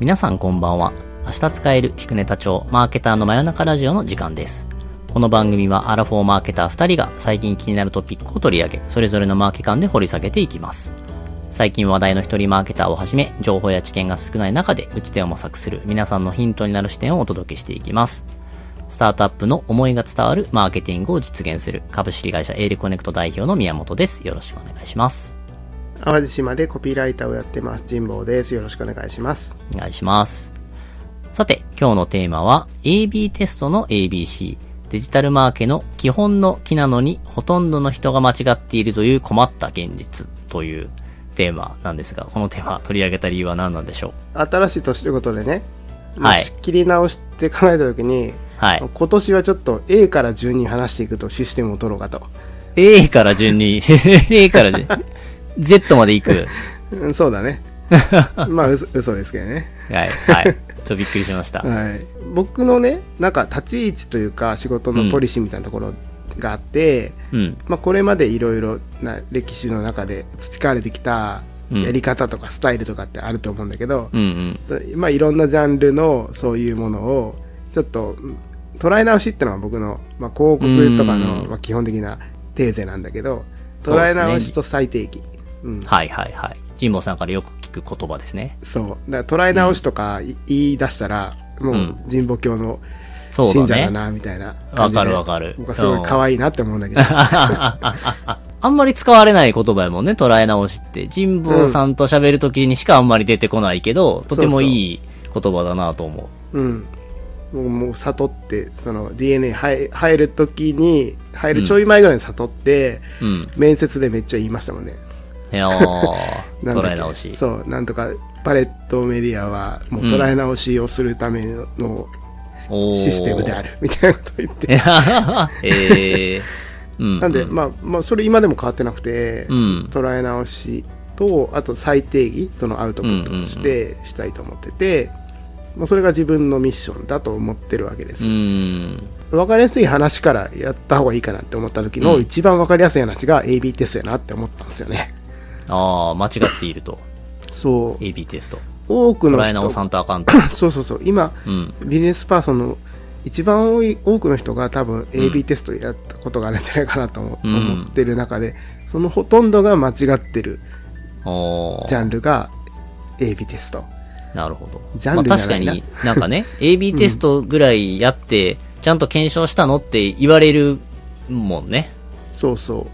皆さんこんばんは。明日使える聞くネタ帳マーケターの真夜中ラジオの時間です。この番組はアラフォーマーケター2人が最近気になるトピックを取り上げ、それぞれのマーケ観で掘り下げていきます。最近話題の一人マーケターをはじめ、情報や知見が少ない中で打ち手を模索する皆さんのヒントになる視点をお届けしていきます。スタートアップの思いが伝わるマーケティングを実現する株式会社エールコネクト代表の宮本です。よろしくお願いします。 淡路島でコピーライターをやってます神保です。よろしくお願いします。 お願いします。さて、今日のテーマは AB テストの ABC、 デジタルマーケの基本の木なのにほとんどの人が間違っているという困った現実というテーマなんですが、このテーマ取り上げた理由は何なんでしょう。 新しい年ということでね、 はい、 仕切り直して考えた時に、はい、今年はちょっと A から順に話していくとシステムを取ろうかと。 A から順にA から順Z まで行くそうだねまあ嘘ですけどね。 はいはい、ちょっとびっくりしました、 はい、僕のね、なんか立ち位置というか仕事のポリシーみたいなところがあって、まあ、これまでいろいろな歴史の中で培われてきたやり方とかスタイルとかってあると思うんだけど、まあ、いろんなジャンルのそういうものをちょっと捉え直しってのは僕の、まあ、広告とかの、まあ、基本的なテーゼなんだけど、捉え直しと再定義、 はいはいはい、神保さんからよく聞く言葉ですね。 そうだから捉え直しとか言い出したら、もう神保教の信者だなみたいな感じで、 わかる。 僕はすごい可愛いなって思うんだけどあんまり使われない言葉やもんね、捉え直しって。神保さんと喋るときにしかあんまり出てこないけど、とてもいい言葉だなと思う。 もう悟って、その DNA 入るときに、入るちょい前ぐらいに悟って、面接でめっちゃ言いましたもんね。捉え直し。そう、なんとかパレットメディアはもう捉え直しをするためのシステムであるみたいなこと言って。なんで、まあそれ今でも変わってなくて、捉え直しと、あと再定義、そのアウトプットとしてしたいと思ってて、まあ、それが自分のミッションだと思ってるわけです。分かりやすい話からやった方がいいかなって思った時の一番分かりやすい話が AB テストやなって思ったんですよね。 ああ、間違っていると。そう。AB テスト。 多くの人。 捉え直さんとあかんと。 そう。今、ビジネスパーソンの一番多くの人が多分 AB テストやったことがあるんじゃないかなと思ってる中で、そのほとんどが間違ってるジャンルが AB テスト。 なるほど。ジャンルじゃないな。確かになんかね、AB テストぐらいやって、ちゃんと検証したのって言われるもんね。 そうそう。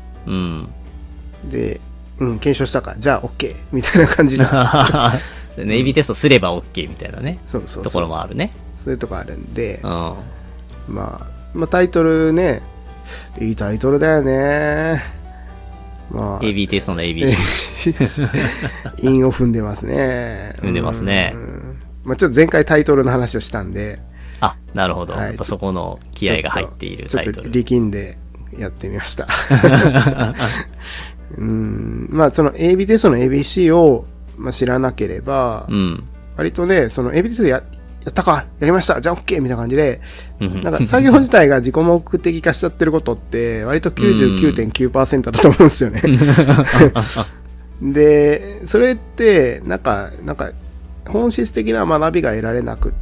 で、検証したか、じゃあ OK みたいな感じじゃん。 AB テストすれば OK みたいなね。 そうところもあるね。 そういうとこあるんで、まあタイトルね、いいタイトルだよね。まあ AB テストの ABC 韻を踏んでますね。 踏んでますね。 まあちょっと前回タイトルの話をしたんで、 あ、なるほど、やっぱそこの気合が入っているタイトル。 ちょっと力んでやってみましたまあその AB テストの ABC を、まあ、知らなければ、割とね、その AB テストやったか、やりました、じゃあ OK みたいな感じで、なんか作業自体が自己目的化しちゃってることって割と 99.9% だと思うんですよねで、それってなんか本質的な学びが得られなくって、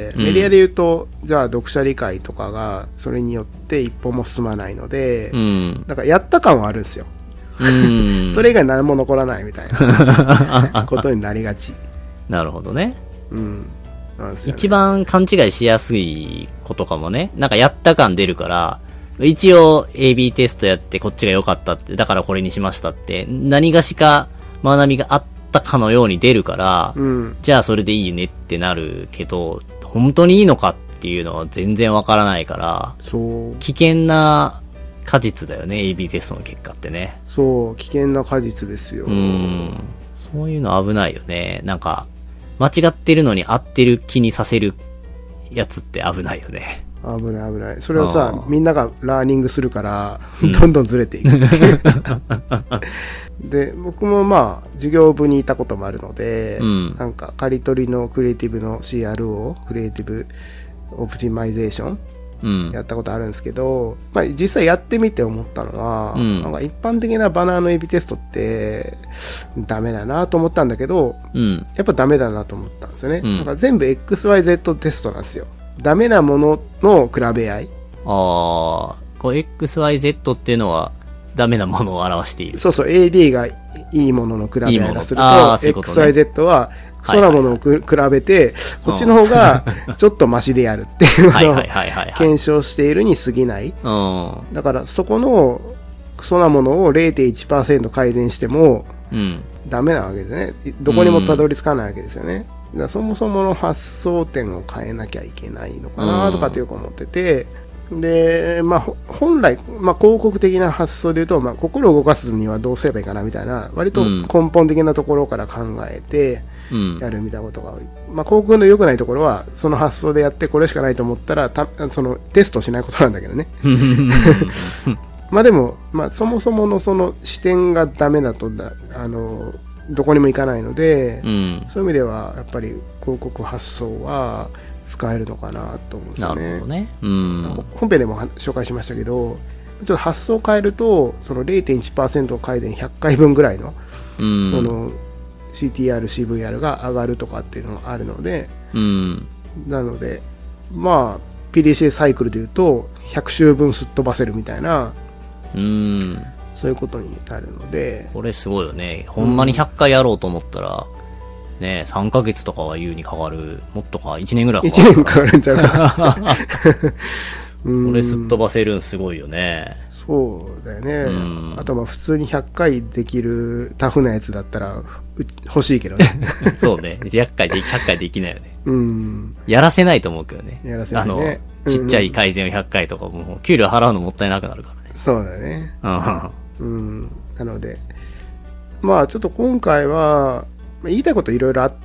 メディアで言うと、じゃあ読者理解とかがそれによって一歩も進まないので、なんかやった感はあるんですよそれ以外何も残らないみたいなことになりがち。 なるほどね。一番勘違いしやすいことかもね。なんかやった感出るから、一応 AB テストやってこっちが良かったって、だからこれにしましたって、何がしか学びがあったかのように出るから、じゃあそれでいいねってなるけど、本当にいいのかっていうのは全然わからないから、危険な果実だよね、AB テストの結果ってね。 そう、危険な果実ですよ。 そういうの危ないよね。なんか、間違ってるのに合ってる気にさせるやつって危ないよね。 危ない。それをさ、みんながラーニングするから、どんどんずれていく。で、僕もまあ、事業部にいたこともあるので、なんか、刈り取りのクリエイティブの CRO、クリエイティブオプティマイゼーションやったことあるんですけど、まあ、実際やってみて思ったのは、なんか一般的なバナーの AB テストってダメだなと思ったんだけど、やっぱダメだなと思ったんですよね。だから全部 XYZ テストなんですよ。ダメなものの比べ合い。 こう XYZ っていうのはダメなものを表している。 そうそう、AB がいいものの比べ合いをすると、XYZ はそのものを比べて、こっちの方がちょっとマシでやるっていうのを検証しているに過ぎない。だからそこのそのものを 0.1% 改善してもダメなわけですね。どこにもたどり着かないわけですよね。だからそもそもの発想点を変えなきゃいけないのかなとかってよく思ってて、で、まあ、本来、まあ、広告的な発想で言うと、まあ、心を動かすにはどうすればいいかなみたいな、割と根本的なところから考えてやるみたいなことが多い。まあ、広告の良くないところは、その発想でやってこれしかないと思ったら、そのテストしないことなんだけどね。まあでも、まあ、そもそものその視点がダメだとどこにも行かないので、そういう意味では、やっぱり広告発想は、使えるのかなと思うんですよね。なるほどね。本編でも紹介しましたけど、ちょっと発想を変えると、その 0.1% 改善100回分ぐらいの、その CTR、CVR が上がるとかっていうのがあるので、なので、まあ、PDCA サイクルで言うと、100周分すっ飛ばせるみたいな、そういうことになるので。 これすごいよね。ほんまに100回やろうと思ったら、ね、3ヶ月とかは優にかかる。もっとか、1年ぐらいかかる。1年かかるんちゃうかな。 これすっ飛ばせるんすごいよね。 そうだよね。あとまあ普通に100回できるタフなやつだったら欲しいけどね。 そうね。100回できないよね。やらせないと思うけどね。 やらせないね。 ちっちゃい改善を100回とかもう給料払うのもったいなくなるからね。 そうだね。なので、まあちょっと今回は、言いたいこといろいろあって、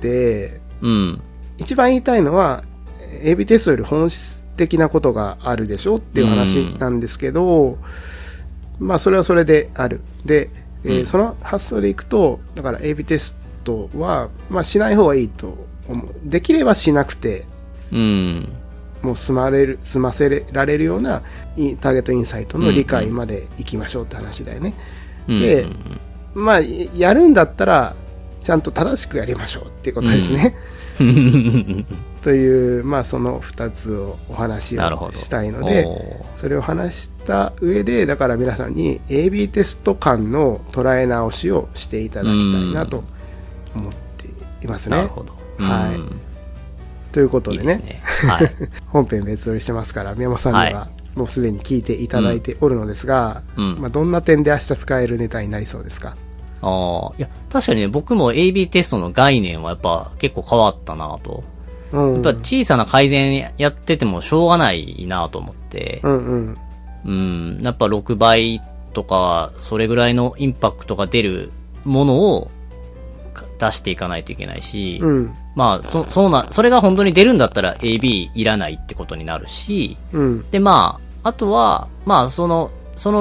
一番言いたいのは AB テストより本質的なことがあるでしょっていう話なんですけど、まあそれはそれである。で、その発想でいくと、だから AB テストは、まあ、しない方がいいと思う。できればしなくて、もう済ませられるようなターゲットインサイトの理解までいきましょうって話だよね。で、まあやるんだったらちゃんと正しくやりましょうっていうことですね。という、まあその2つをお話をしたいので、それを話した上で、だから皆さんに AB テスト間の捉え直しをしていただきたいなと思っていますね。 なるほど。 はい。ということでね、いいですね、はい、本編別撮りしてますから、宮本さんにはもうすでに聞いていただいておるのですが、まあどんな点で明日使えるネタになりそうですか？ いや、確かにね、僕も AB テストの概念はやっぱ結構変わったなと。やっぱ小さな改善やっててもしょうがないなと思って。やっぱ6倍とか、それぐらいのインパクトが出るものを出していかないといけないし、まあ、それが本当に出るんだったら AB いらないってことになるし、で、まあ、あとは、まあ、その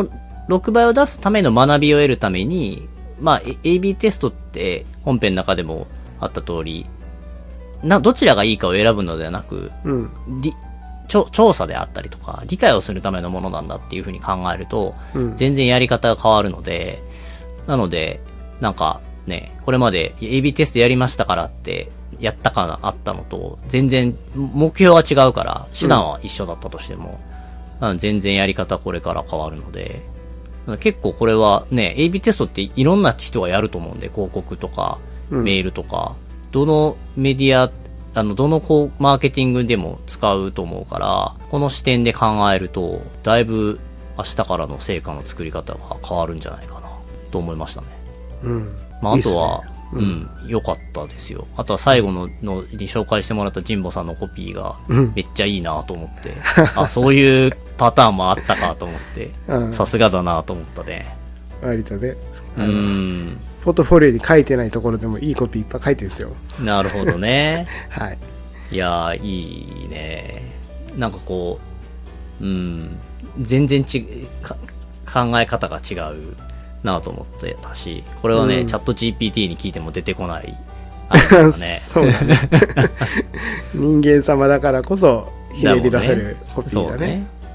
6倍を出すための学びを得るために、まあ、AB テストって本編の中でもあった通り、どちらがいいかを選ぶのではなく、調査であったりとか、理解をするためのものなんだっていうふうに考えると、全然やり方が変わるので、なので、なんかね、これまで AB テストやりましたからって、やった感あったのと、全然目標は違うから、手段は一緒だったとしても、全然やり方これから変わるので、結構これはね、AB テストっていろんな人がやると思うんで、広告とか、メールとか、どのメディア、どのマーケティングでも使うと思うから、この視点で考えると、だいぶ明日からの成果の作り方が変わるんじゃないかな、と思いましたね。まあ、あとは、良かったですよ。あとは最後のに紹介してもらった神保さんのコピーがめっちゃいいなと思って、そういうパターンもあったかと思って、さすがだなと思ったね。 割とね。ポートフォリオに書いてないところでもいいコピーいっぱい書いてるんですよ。 なるほどね。 はい。 いやー、いいね。なんかこう、全然考え方が違うなと思ってたし、これはね、チャット GPT に聞いても出てこないね。 そうだね。人間様だからこそひねり出せるコピーだね。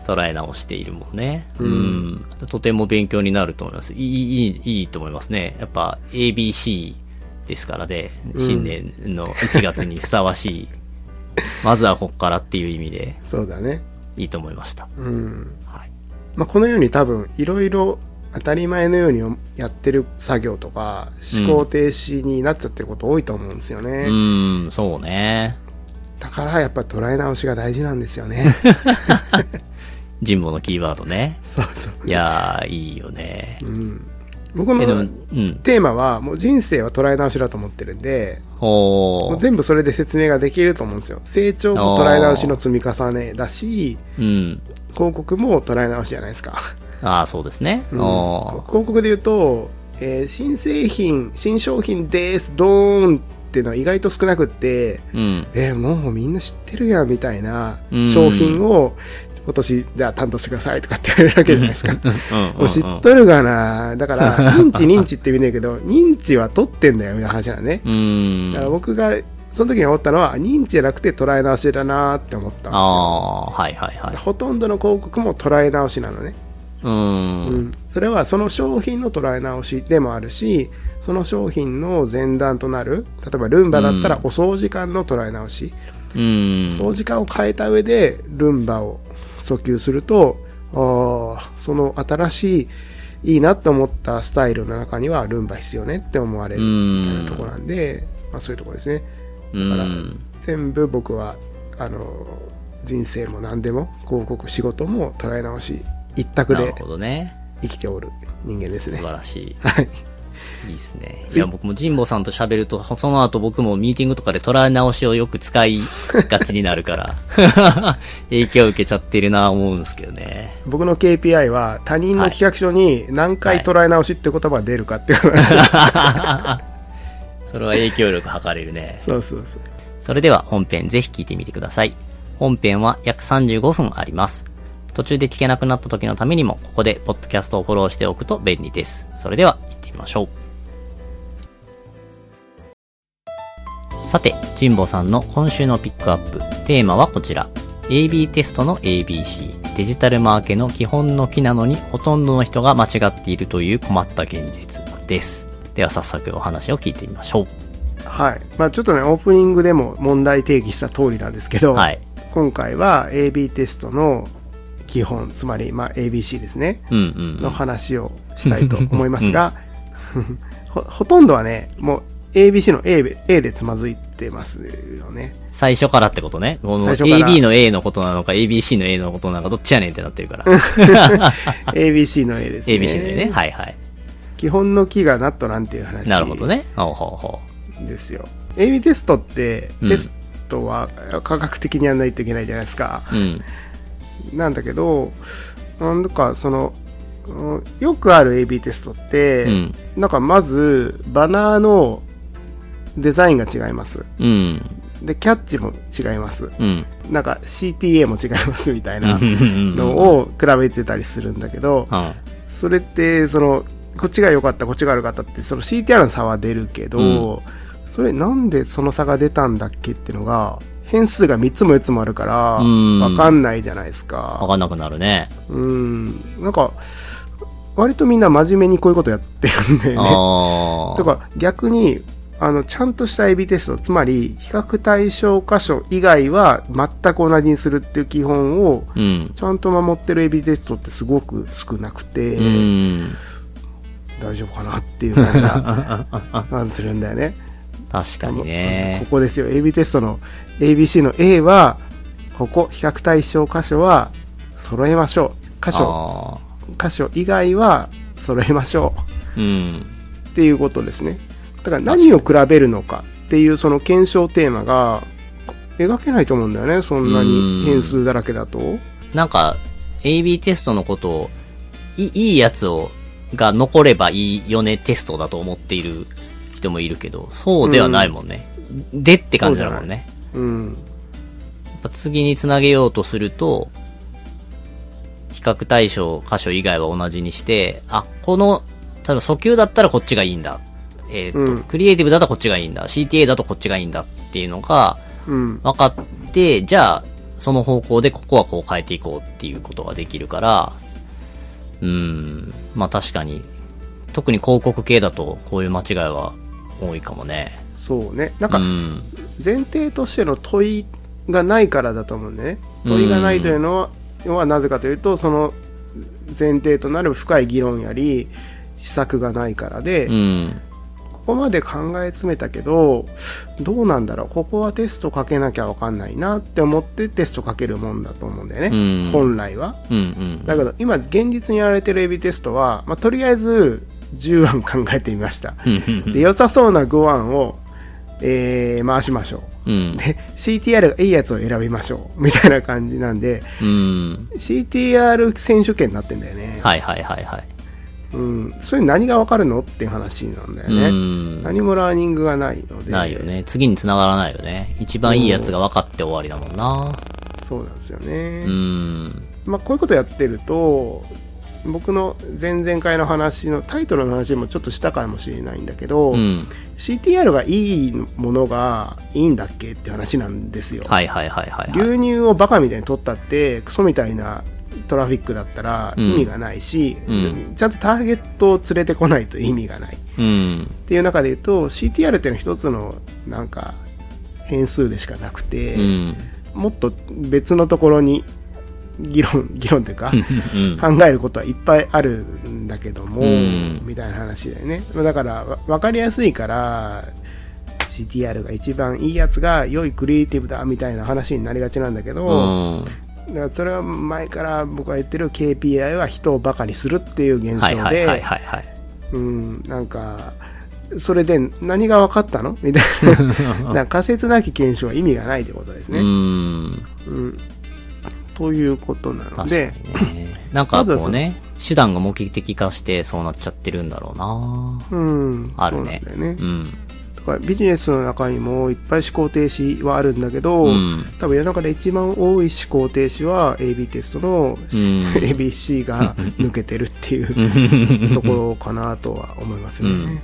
捉え直しているもんね。とても勉強になると思います。いいと思いますね。やっぱ ABC ですからね、新年の1月にふさわしい、まずはこっからっていう意味で。 そうだね。 いいと思いました。 はい。まあ、このように多分、いろいろ当たり前のようにやってる作業とか、思考停止になっちゃってること多いと思うんですよね。 そうね。 だからやっぱり捉え直しが大事なんですよね。 神保のキーワードね。 そうそう。 いやー、いいよね。 僕のテーマは、もう人生は捉え直しだと思ってるんで、もう全部それで説明ができると思うんですよ。成長も捉え直しの積み重ねだし、広告も捉え直しじゃないですか。 ああ、そうですね。 広告で言うと、新製品、新商品です、ドーンっていうのは意外と少なくって、もうみんな知ってるやんみたいな商品を、今年じゃあ担当してくださいとかって言われるわけじゃないですか。もう知っとるがな。だから認知って言うんだけど、認知は取ってんだよみたいな話だね。だから僕がその時に思ったのは認知じゃなくて捉え直しだなって思ったんですよ。 はいはいはい。 ほとんどの広告も捉え直しなのね。それはその商品の捉え直しでもあるし、その商品の前段となる、例えばルンバだったらお掃除感の捉え直し。掃除感を変えた上でルンバを訴求すると、その新しいいいなって思ったスタイルの中にはルンバ必要ねって思われるみたいなところなんで、まあそういうところですね。だから全部僕は人生も何でも広告仕事も捉え直し一択で生きておる人間ですね。 素晴らしい。 はい。 いいっすね。いや、僕も神保さんと喋ると、その後僕もミーティングとかで捉え直しをよく使いがちになるから、影響を受けちゃってるなぁ思うんですけどね。 僕の KPI は他人の企画書に何回捉え直しって言葉が出るかっていうことなんですよ。 それは影響力測れるね。 そうそうそう。 それでは本編ぜひ聞いてみてください。本編は約35分あります。途中で聞けなくなった時のためにも、ここでポッドキャストをフォローしておくと便利です。それでは行ってみましょう。さて、神保さんの今週のピックアップ。テーマはこちら。AB テストの ABC。デジタルマーケの基本の木なのにほとんどの人が間違っているという困った現実です。では早速お話を聞いてみましょう。 はい。まあちょっとね、オープニングでも問題定義した通りなんですけど、今回は AB テストの基本、つまりまあ ABC ですね、の話をしたいと思いますが、ほとんどはね、もうABC の A でつまずいてますよね。 最初からってことね。この AB の A のことなのか ABC の A のことなのかどっちやねんってなってるから。 ABC の A ですね。 ABC の A ね。はいはい。 基本の木がナットなんていう話。 なるほどね。 ですよ。AB テストって、テストは科学的にやらないといけないじゃないですか。なんだけど、なんかその、よくある AB テストって、なんかまずバナーのデザインが違います。で、キャッチも違います。なんか CTA も違いますみたいなのを比べてたりするんだけど、それってそのこっちが良かったこっちが悪かったってその CTR の差は出るけど、それなんでその差が出たんだっけっていうのが変数が3つも4つもあるから分かんないじゃないですか。 分かんなくなるね。 なんか割とみんな真面目にこういうことやってるんだよね。とか逆にちゃんとした AB テスト、つまり比較対象箇所以外は全く同じにするっていう基本をちゃんと守ってる AB テストってすごく少なくて、大丈夫かなっていう感じがまずするんだよね。 確かにね。 まずここですよ。AB テストの ABC の A はここ比較対象箇所は揃えましょう。箇所以外は揃えましょう。っていうことですね。だから何を比べるのかっていうその検証テーマが描けないと思うんだよね。そんなに変数だらけだと。 なんか AB テストのことをいいやつが残ればいいよねテストだと思っている人もいるけど、そうではないもんね。でって感じだもんね。やっぱ次につなげようとすると比較対象箇所以外は同じにして、この例えば訴求だったらこっちがいいんだ。クリエイティブだとこっちがいいんだ。CTA だとこっちがいいんだっていうのが分かって、じゃあその方向でここはこう変えていこうっていうことができるから、まあ確かに、特に広告系だとこういう間違いは多いかもね。 そうね。なんか、前提としての問いがないからだと思うんでね。問いがないというのはなぜかというと、その前提となる深い議論やり、施策がないからで、ここまで考え詰めたけど、どうなんだろう、ここはテストかけなきゃ分かんないなって思ってテストかけるもんだと思うんだよね、本来は、だけど今現実にやられてる AB テストは、とりあえず10案考えてみましたで良さそうな5案を、回しましょう、で CTR がいいやつを選びましょうみたいな感じなんで、CTR 選手権になってんだよね。 はいはいはいはい。 それ何が分かるのっていう話なんだよね。何もラーニングがないので。 ないよね。次に繋がらないよね。一番いいやつが分かって終わりだもんな。 そうなんですよね。こういうことやってると、僕の前々回の話のタイトルの話もちょっとしたかもしれないんだけど、CTR がいいものがいいんだっけって話なんですよ。 はいはいはいはい、 流入をバカみたいに取ったってクソみたいなトラフィックだったら意味がないし、ちゃんとターゲットを連れてこないと意味がない、っていう中で言うと CTR っていうのは一つのなんか変数でしかなくて、もっと別のところに議論というか考えることはいっぱいあるんだけども、みたいな話だよね。だから分かりやすいから CTR が一番いいやつが良いクリエイティブだみたいな話になりがちなんだけど、だからそれは前から僕が言ってる KPI は人をバカにするっていう現象で、なんかそれで何が分かったのみたいななんか仮説なき検証は意味がないということですね。ということなので、 なんかこうね、手段が目的化してそうなっちゃってるんだろうな。あるね。そうなんだよね。 ビジネスの中にもいっぱい思考停止はあるんだけど、多分世の中で一番多い思考停止は AB テストの、ABC が抜けてるっていうところかなとは思いますよね。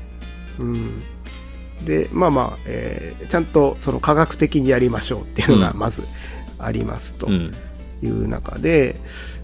でちゃんとその科学的にやりましょうっていうのがまずありますという中で、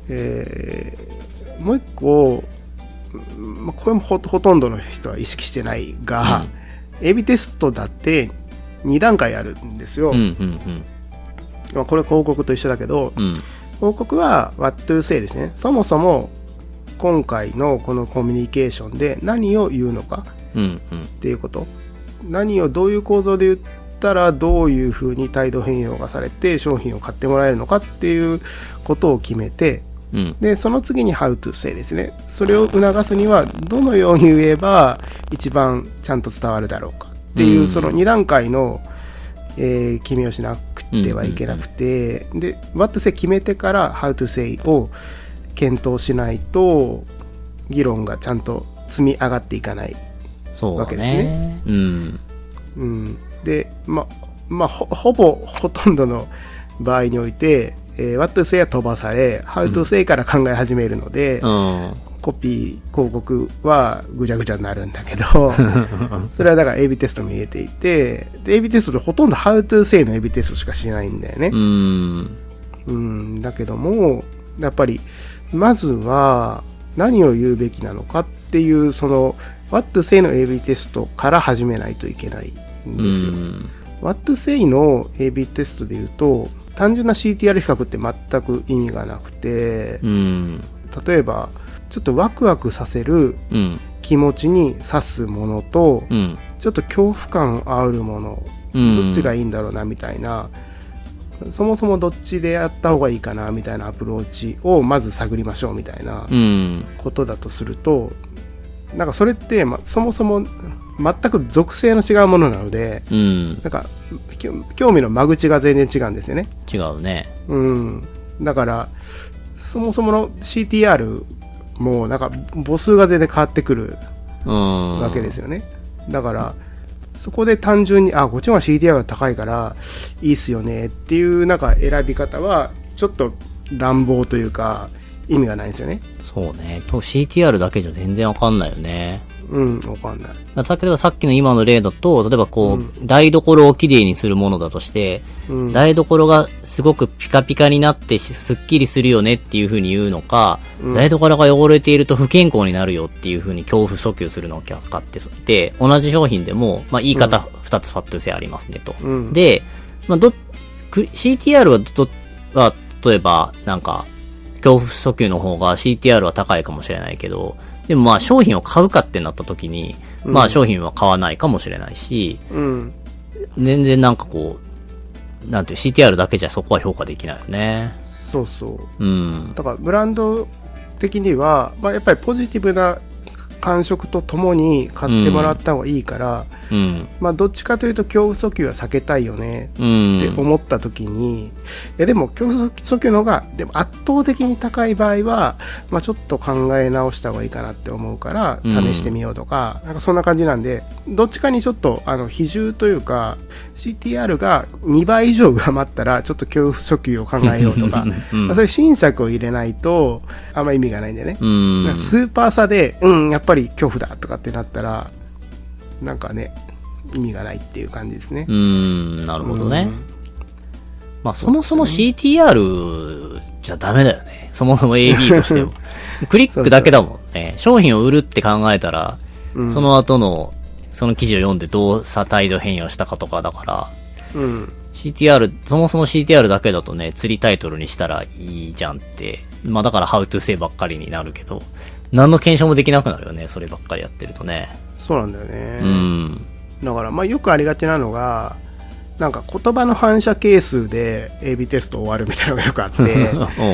もう一個、これもほとんどの人は意識してないが、AB テストだって2段階あるんですよ。これ広告と一緒だけど、広告は What to say ですね。そもそも今回のこのコミュニケーションで何を言うのかっていうこと、何をどういう構造で言ったらどういうふうに態度変容がされて商品を買ってもらえるのかっていうことを決めて、でその次に How to say ですね。それを促すにはどのように言えば一番ちゃんと伝わるだろうかっていう、その2段階の、決めをしなくてはいけなくて、で What to say 決めてから How to say を検討しないと議論がちゃんと積み上がっていかないわけですね。でほとんどの場合においてWhat to say は飛ばされ How to say から考え始めるので、コピー広告はぐちゃぐちゃになるんだけどそれはだから AB テストも入れていて、で AB テストでほとんど How to say の AB テストしかしないんだよね。だけどもやっぱりまずは何を言うべきなのかっていうその What to say の AB テストから始めないといけないんですよ。What to say の AB テストで言うと単純な CTR 比較って全く意味がなくて、例えばちょっとワクワクさせる気持ちに指すものと、ちょっと恐怖感あるもの、どっちがいいんだろうなみたいな、そもそもどっちでやった方がいいかなみたいなアプローチをまず探りましょうみたいなことだとすると、なんかそれって、そもそも全く属性の違うものなので、なんか興味の間口が全然違うんですよね。 違うね。 だからそもそもの CTR もなんか母数が全然変わってくるわけですよね。だからそこで単純にこっちの方が CTR が高いからいいっすよねっていうなんか選び方はちょっと乱暴というか意味がないんですよね。 そうね。と CTR だけじゃ全然わかんないよね。 わかんない。 例えばさっきの今の例だと、例えばこう、台所をきれいにするものだとして、台所がすごくピカピカになってすっきりするよねっていう風に言うのか、台所が汚れていると不健康になるよっていう風に恐怖訴求するのかってで、同じ商品でも、まあ言い方2つファット性ありますねと。で、まあCTR は例えばなんか、恐怖訴求の方が CTR は高いかもしれないけど、でもまあ商品を買うかってなった時に、まあ商品は買わないかもしれないし、全然なんかこう、なんていう CTR だけじゃそこは評価できないよね。 そうそう。だからブランド的には、まあやっぱりポジティブな感触とともに買ってもらった方がいいから、まあどっちかというと恐怖訴求は避けたいよねって思った時に、いやでも恐怖訴求の方がでも圧倒的に高い場合は、まあちょっと考え直した方がいいかなって思うから試してみようとか、なんかそんな感じなんで、どっちかにちょっと比重というか CTR が2倍以上上回ったらちょっと恐怖訴求を考えようとか、まあそういう新作を入れないとあんま意味がないんでね。スーパー差でやっぱり恐怖だとかってなったらなんかね意味がないっていう感じですね。 なるほどね。まあそもそも CTR じゃダメだよね。そもそも AB としてもクリックだけだもんね。商品を売るって考えたら、その後のその記事を読んで動作態度変容したかとかだから、CTR そもそも CTR だけだとね釣りタイトルにしたらいいじゃんって、まあだから How to say ばっかりになるけど、何の検証もできなくなるよね、そればっかりやってるとね。 そうなんだよね。だからまあよくありがちなのが、なんか言葉の反射係数で AB テスト終わるみたいなのがよくあって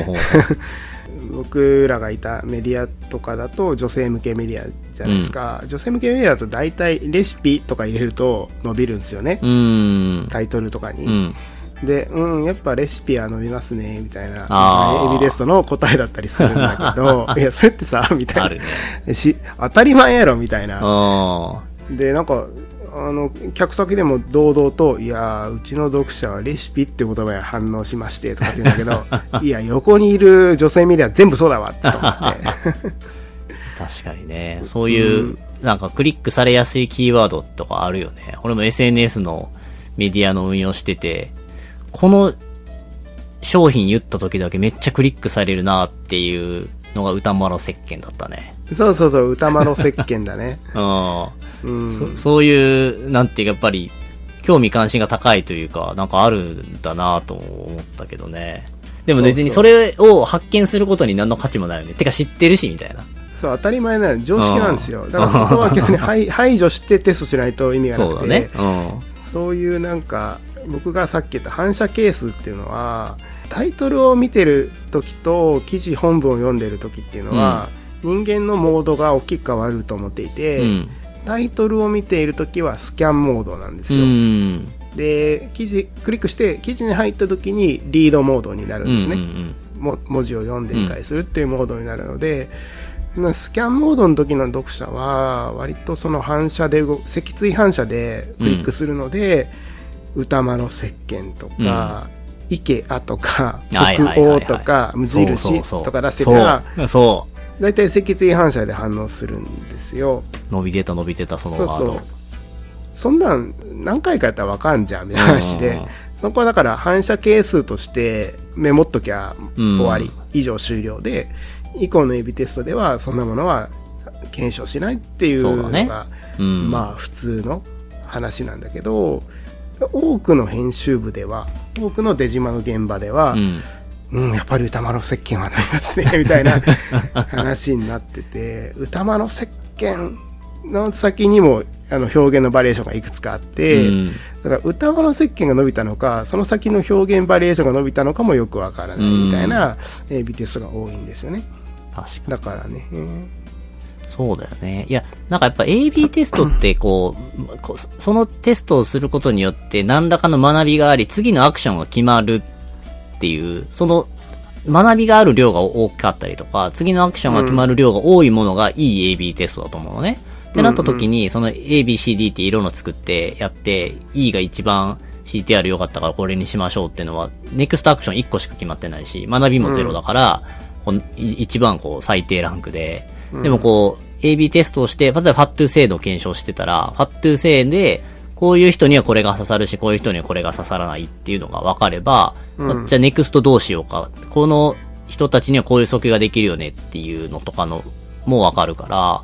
僕らがいたメディアとかだと女性向けメディアじゃないですか、女性向けメディアだと大体レシピとか入れると伸びるんですよね、タイトルとかに、で、やっぱレシピは伸びますねみたいなABテストの答えだったりするんだけどいやそれってさみたいな、当たり前やろみたいなで、なんか客先でも堂々と、いやうちの読者はレシピって言葉に反応しましてとかって言うんだけどいや横にいる女性メディア全部そうだわって思って確かにね、そういうなんかクリックされやすいキーワードとかあるよね。俺も SNS のメディアの運用してて、この商品言った時だけめっちゃクリックされるなっていうのが歌丸石鹸だったね。 そうそうそう、歌丸石鹸だねそういうなんていうかやっぱり興味関心が高いというかなんかあるんだなと思ったけどね。でも別にそれを発見することに何の価値もないよね。てか知ってるしみたいな。 そう、当たり前な常識なんですよ。だからそこは逆に排除してテストしないと意味がなくて、そうだね、そういうなんか僕がさっき言った反射係数っていうのは、タイトルを見てる時と記事本文を読んでる時っていうのは、人間のモードが大きく変わると思っていて、タイトルを見ている時はスキャンモードなんですよ。で、記事クリックして記事に入った時にリードモードになるんですね。文字を読んで理解するっていうモードになるので、スキャンモードの時の読者は割とその反射で脊椎反射でクリックするので、歌丸石鹸とか、IKEA とか北欧とか無印とか出してたらだいたい脊椎反射で反応するんですよ。 伸びてたそのワード。 そんなん何回かやったらわかんじゃんみたいな話で、そこはだから反射係数としてメモっときゃ終わり、以上終了で、以降の AB テストではそんなものは検証しないっていうのが、まあ普通の話なんだけど、多くの編集部では、多くの出島の現場では、やっぱり歌丸石鹸はなりますねみたいな話になってて、歌丸石鹸の先にも表現のバリエーションがいくつかあって、だから歌丸石鹸が伸びたのか、その先の表現バリエーションが伸びたのかもよくわからないみたいな AB テストが多いんですよね。 確かに。 だからね、 そうだよね。いや、なんかやっぱ AB テストってこう、そのテストをすることによって何らかの学びがあり、次のアクションが決まるっていう、その学びがある量が大きかったりとか、次のアクションが決まる量が多いものがいい AB テストだと思うのね。ってなった時に、その ABCD って色の作ってやって、E が一番 CTR 良かったからこれにしましょうっていうのは、ネクストアクション1個しか決まってないし、学びもゼロだから、一番こう最低ランクで、でもこう、 AB テストをして、例えば FAT2 精度を検証してたら、FAT2 精度で、こういう人にはこれが刺さるし、こういう人にはこれが刺さらないっていうのが分かれば、じゃあ NEXT どうしようか。この人たちにはこういう訴求ができるよねっていうのとかの、もう分かるから、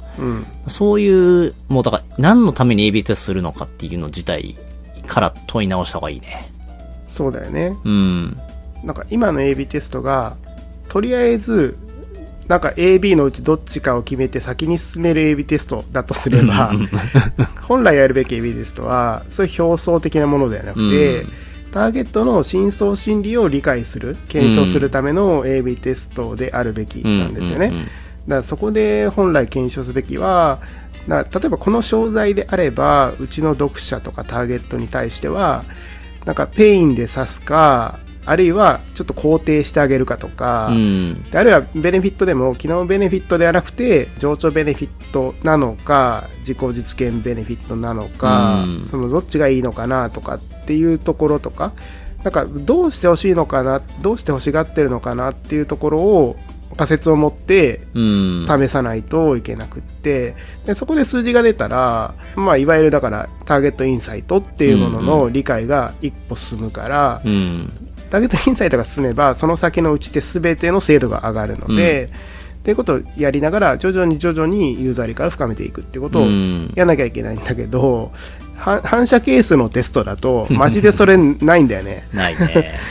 そういう、もうだから何のために AB テストするのかっていうの自体から問い直した方がいいね。 そうだよね。なんか今の AB テストが、とりあえず、なんか AB のうちどっちかを決めて先に進める AB テストだとすれば本来やるべき AB テストはそういう表層的なものではなくて、ターゲットの深層心理を理解する検証するための AB テストであるべきなんですよね。だからそこで本来検証すべきは例えばこの商材であればうちの読者とかターゲットに対してはなんかペインで指すかあるいはちょっと肯定してあげるかとか、であるいはベネフィットでも機能ベネフィットではなくて情緒ベネフィットなのか自己実現ベネフィットなのか、そのどっちがいいのかなとかっていうところとか、なんかどうしてほしいのかな、どうして欲しがってるのかなっていうところを仮説を持って試さないといけなくって、でそこで数字が出たら、まあ、いわゆるだからターゲットインサイトっていうものの理解が一歩進むから、ターゲットインサイトが進めばその先の打ち手全ての精度が上がるので、っていうことをやりながら徐々にユーザー理解を深めていくっていうことをやらなきゃいけないんだけど、反射係数のテストだとマジでそれないんだよね。 ないね。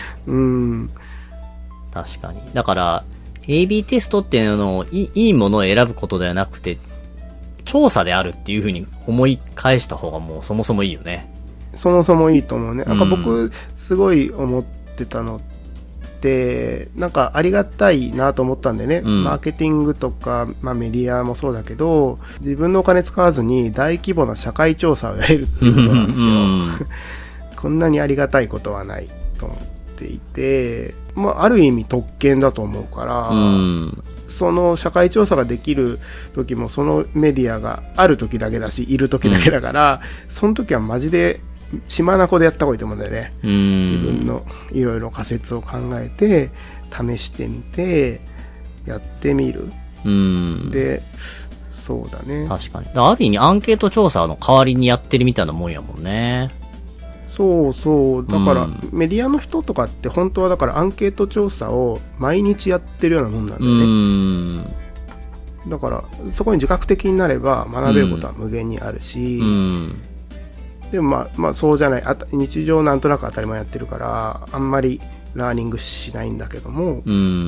確かに。だから AB テストっていうのをいいものを選ぶことではなくて調査であるっていう風に思い返した方がもうそもそもいいよね。 そもそもいいと思うね。なんか僕すごい思ってたのってなんかありがたいなと思ったんでね、マーケティングとか、まあ、メディアもそうだけど自分のお金使わずに大規模な社会調査をやれるっていうことなんですよ。こんなにありがたいことはないと思っていて、まあ、ある意味特権だと思うから、その社会調査ができる時もそのメディアがある時だけだしいる時だけだから、その時はマジで血眼でやった方がいいと思うんだよね。自分のいろいろ仮説を考えて試してみてやってみる。でそうだね。 確かに。ある意味アンケート調査の代わりにやってるみたいなもんやもんね。 そうそう。だから、メディアの人とかって本当はだからアンケート調査を毎日やってるようなもんなんだよね。だからそこに自覚的になれば学べることは無限にあるし、でもまあそうじゃない、日常なんとなく当たり前やってるからあんまりラーニングしないんだけども、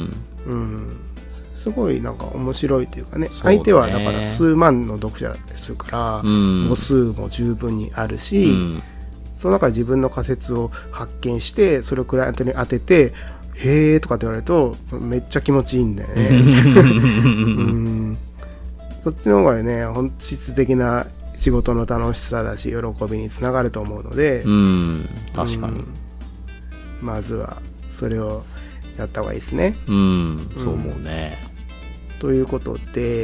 すごいなんか面白いというかね、相手はだから数万の読者だったりするから、母数も十分にあるし、その中で自分の仮説を発見してそれをクライアントに当ててへーとかって言われるとめっちゃ気持ちいいんだよね。そっちの方がね本質的な仕事の楽しさだし喜びにつながると思うので、 確かに、 まずはそれをやった方がいいですね。 そう思うね。 ということで、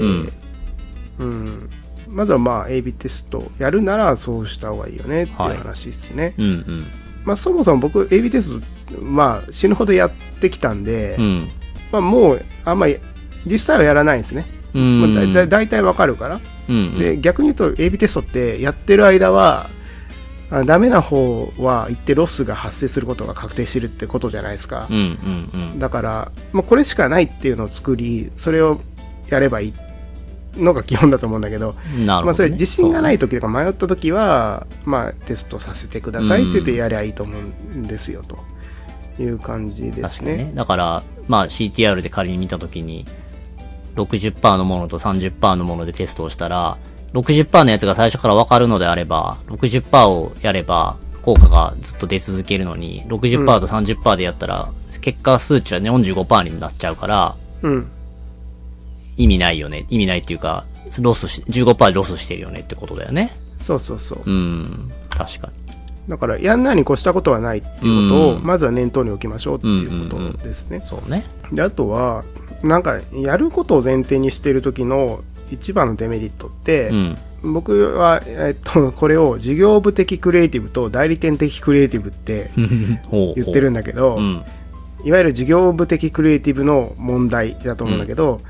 まずはまあ AB テストやるならそうした方がいいよねっていう話ですね。まあそもそも僕 AB テストまあ死ぬほどやってきたんで、まあもうあんまり実際はやらないんですね。まあ、だいたいわかるから、で逆に言うと AB テストってやってる間はダメな方は一定ロスが発生することが確定してるってことじゃないですか。だから、まあ、これしかないっていうのを作りそれをやればいいのが基本だと思うんだけど、まあ、それ自信がない時とか迷った時は、まあ、テストさせてくださいって言ってやりゃいいと思うんですよという感じですね。 だから、まあ、CTR で仮に見た時に 60% のものと 30% のものでテストをしたら 60% のやつが最初から分かるのであれば 60% をやれば効果がずっと出続けるのに 60% と 30% でやったら結果数値は 45% になっちゃうから、意味ないよね。意味ないっていうか、15% ロスしてるよねってことだよね。 そうそうそう。 確かに。 だから、やんないに越したことはないっていうことを、まずは念頭に置きましょうっていうことですね。 そうね。 で、あとは、なんか、やることを前提にしている時の一番のデメリットって、僕は、これを事業部的クリエイティブと代理店的クリエイティブって言ってるんだけど、いわゆる事業部的クリエイティブの問題だと思うんだけど、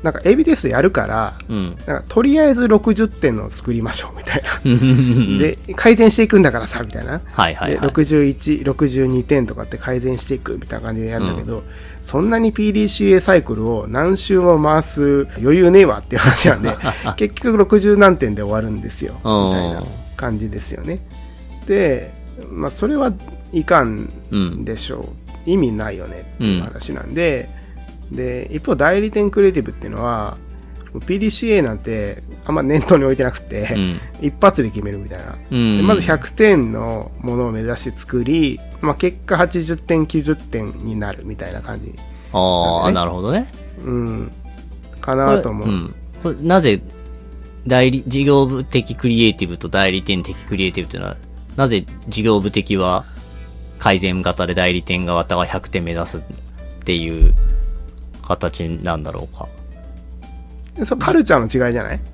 なんか AB テストやるから、なんかとりあえず60点の作りましょうみたいなで改善していくんだからさみたいな、 はいはいはい、 で61、62点とかって改善していくみたいな感じでやるんだけど、そんなに PDCA サイクルを何周も回す余裕ねえわっていう話なんで結局60何点で終わるんですよみたいな感じですよね。で、まあ、それはいかんでしょう、意味ないよねっていう話なんで、で一方代理店クリエイティブっていうのは PDCA なんてあんま念頭に置いてなくて、一発で決めるみたいな、でまず100点のものを目指して作り、まあ、結果80点90点になるみたいな感じ、 ああ、なるほどね、 かなと思う。 これなぜ事業部的クリエイティブと代理店的クリエイティブというのは、なぜ事業部的は改善型で代理店側が100点目指すっていう形なんだろうか。 そう、カルチャーの違いじゃない？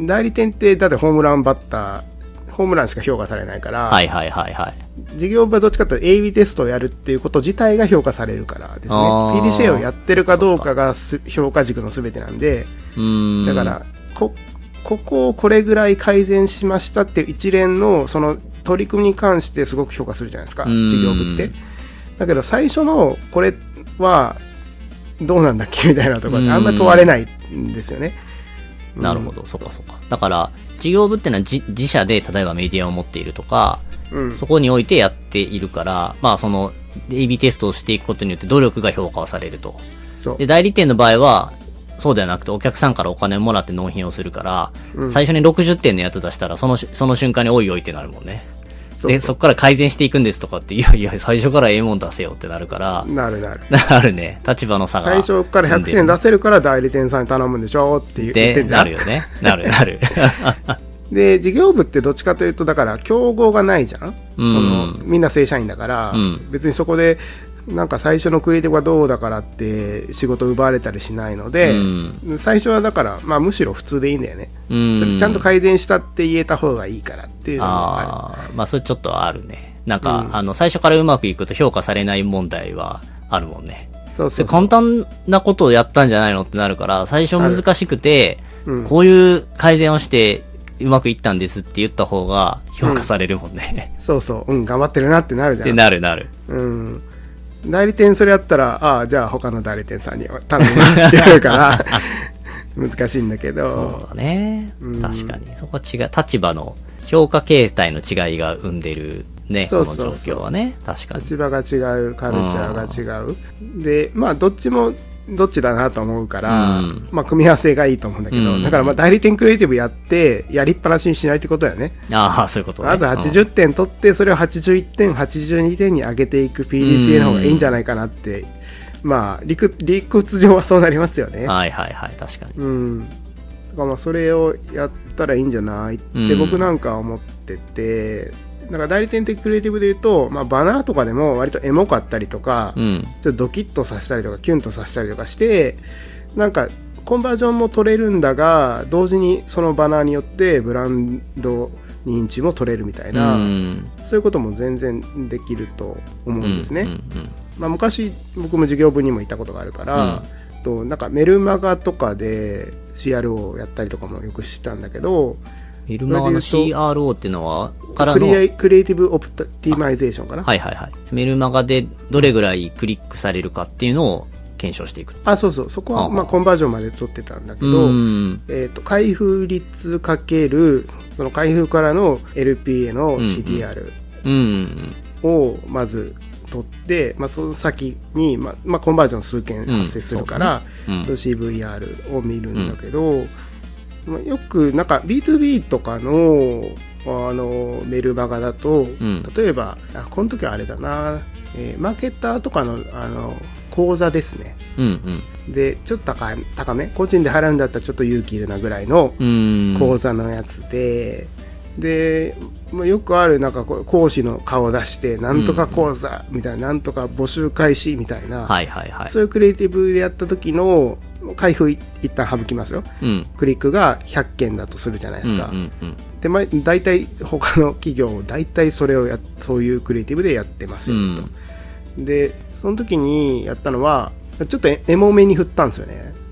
代理店ってだってホームランバッター、ホームランしか評価されないから、 はいはいはいはい。 事業部はどっちかというと AB テストをやるっていうこと自体が評価されるからですね。PDCA をやってるかどうかが評価軸の全てなんで、だからここをこれぐらい改善しましたっていう一連のその取り組みに関してすごく評価するじゃないですか、事業部って。だけど最初のこれはどうなんだっけみたいなところってあんまり問われないんですよね。 なるほど、そっかそっか。だから事業部ってのは自社で例えばメディアを持っているとか、そこにおいてやっているから、まあその AB テストをしていくことによって努力が評価をされると。で代理店の場合はそうではなくてお客さんからお金をもらって納品をするから、最初に60点のやつ出したらその瞬間においおいってなるもんね。で、そこから改善していくんですとかって、いやいや、最初からええもん出せよってなるから。なるね。立場の差が。 最初から100点出せるから代理店さんに頼むんでしょって言ってんじゃん。 なるよね。なる。 で、事業部ってどっちかというと、だから、競合がないじゃん。みんな正社員だから、別にそこで、なんか最初のクリエイティブがどうだからって仕事奪われたりしないので、最初はだから、まあむしろ普通でいいんだよね。それちゃんと改善したって言えた方がいいからっていうのもある。 まあそれちょっとあるね。なんか、最初からうまくいくと評価されない問題はあるもんね。そう簡単なことをやったんじゃないのってなるから、最初難しくて、こういう改善をしてうまくいったんですって言った方が評価されるもんね。 そうそう、頑張ってるなってなるじゃん。 ってなる。 代理店それやったら、じゃあ他の代理店さんに頼みますってやるから難しいんだけど。 そうだね、確かにそこは違う、立場の評価形態の違いが生んでるね、この状況はね。確かに立場が違う、カルチャーが違う、でまあどっちだなと思うから、まあ組み合わせがいいと思うんだけど、だからまあ代理店クリエイティブやってやりっぱなしにしないってことだよね。 そういうことね。 まず80点取って、それを81点82点に上げていく PDCA の方がいいんじゃないかなって、まあ理屈上はそうなりますよね。 はい確かに。だからまあそれをやったらいいんじゃないって僕なんか思ってて、だから代理店的クリエイティブで言うと、まあ、バナーとかでも割とエモかったりとか、ちょっとドキッとさせたりとかキュンとさせたりとかして、なんかコンバージョンも取れるんだが、同時にそのバナーによってブランド認知も取れるみたいな、そういうことも全然できると思うんですね。まあ、昔僕も事業部にもいたことがあるから、なんかメルマガとかで CRO をやったりとかもよくしたんだけど、 メルマガの CRO っていうのはクリエイティブオプティマイゼーションかな。 メルマガでどれぐらいクリックされるかっていうのを検証していく。 そうそこはまあコンバージョンまで取ってたんだけど、開封率かけるその開封からの LP への CTR をまず取って、まあ、その先に、まあ、コンバージョン数件発生するから、その CVR を見るんだけど、よくなんか B2B とかのメルマガだと、例えばこの時はあれだな、マーケッターとかの講座ですね、でちょっと高め、個人で払うんだったらちょっと勇気いるなぐらいの講座のやつで、よくあるなんか講師の顔を出してなんとか講座みたいな、なんとか募集開始みたいな、そういうクリエイティブでやった時の開封一旦省きますよ、クリックが100件だとするじゃないですか、で大体他の企業も大体それをそういうクリエイティブでやってますよと、でその時にやったのはちょっとエモめに振ったんですよね。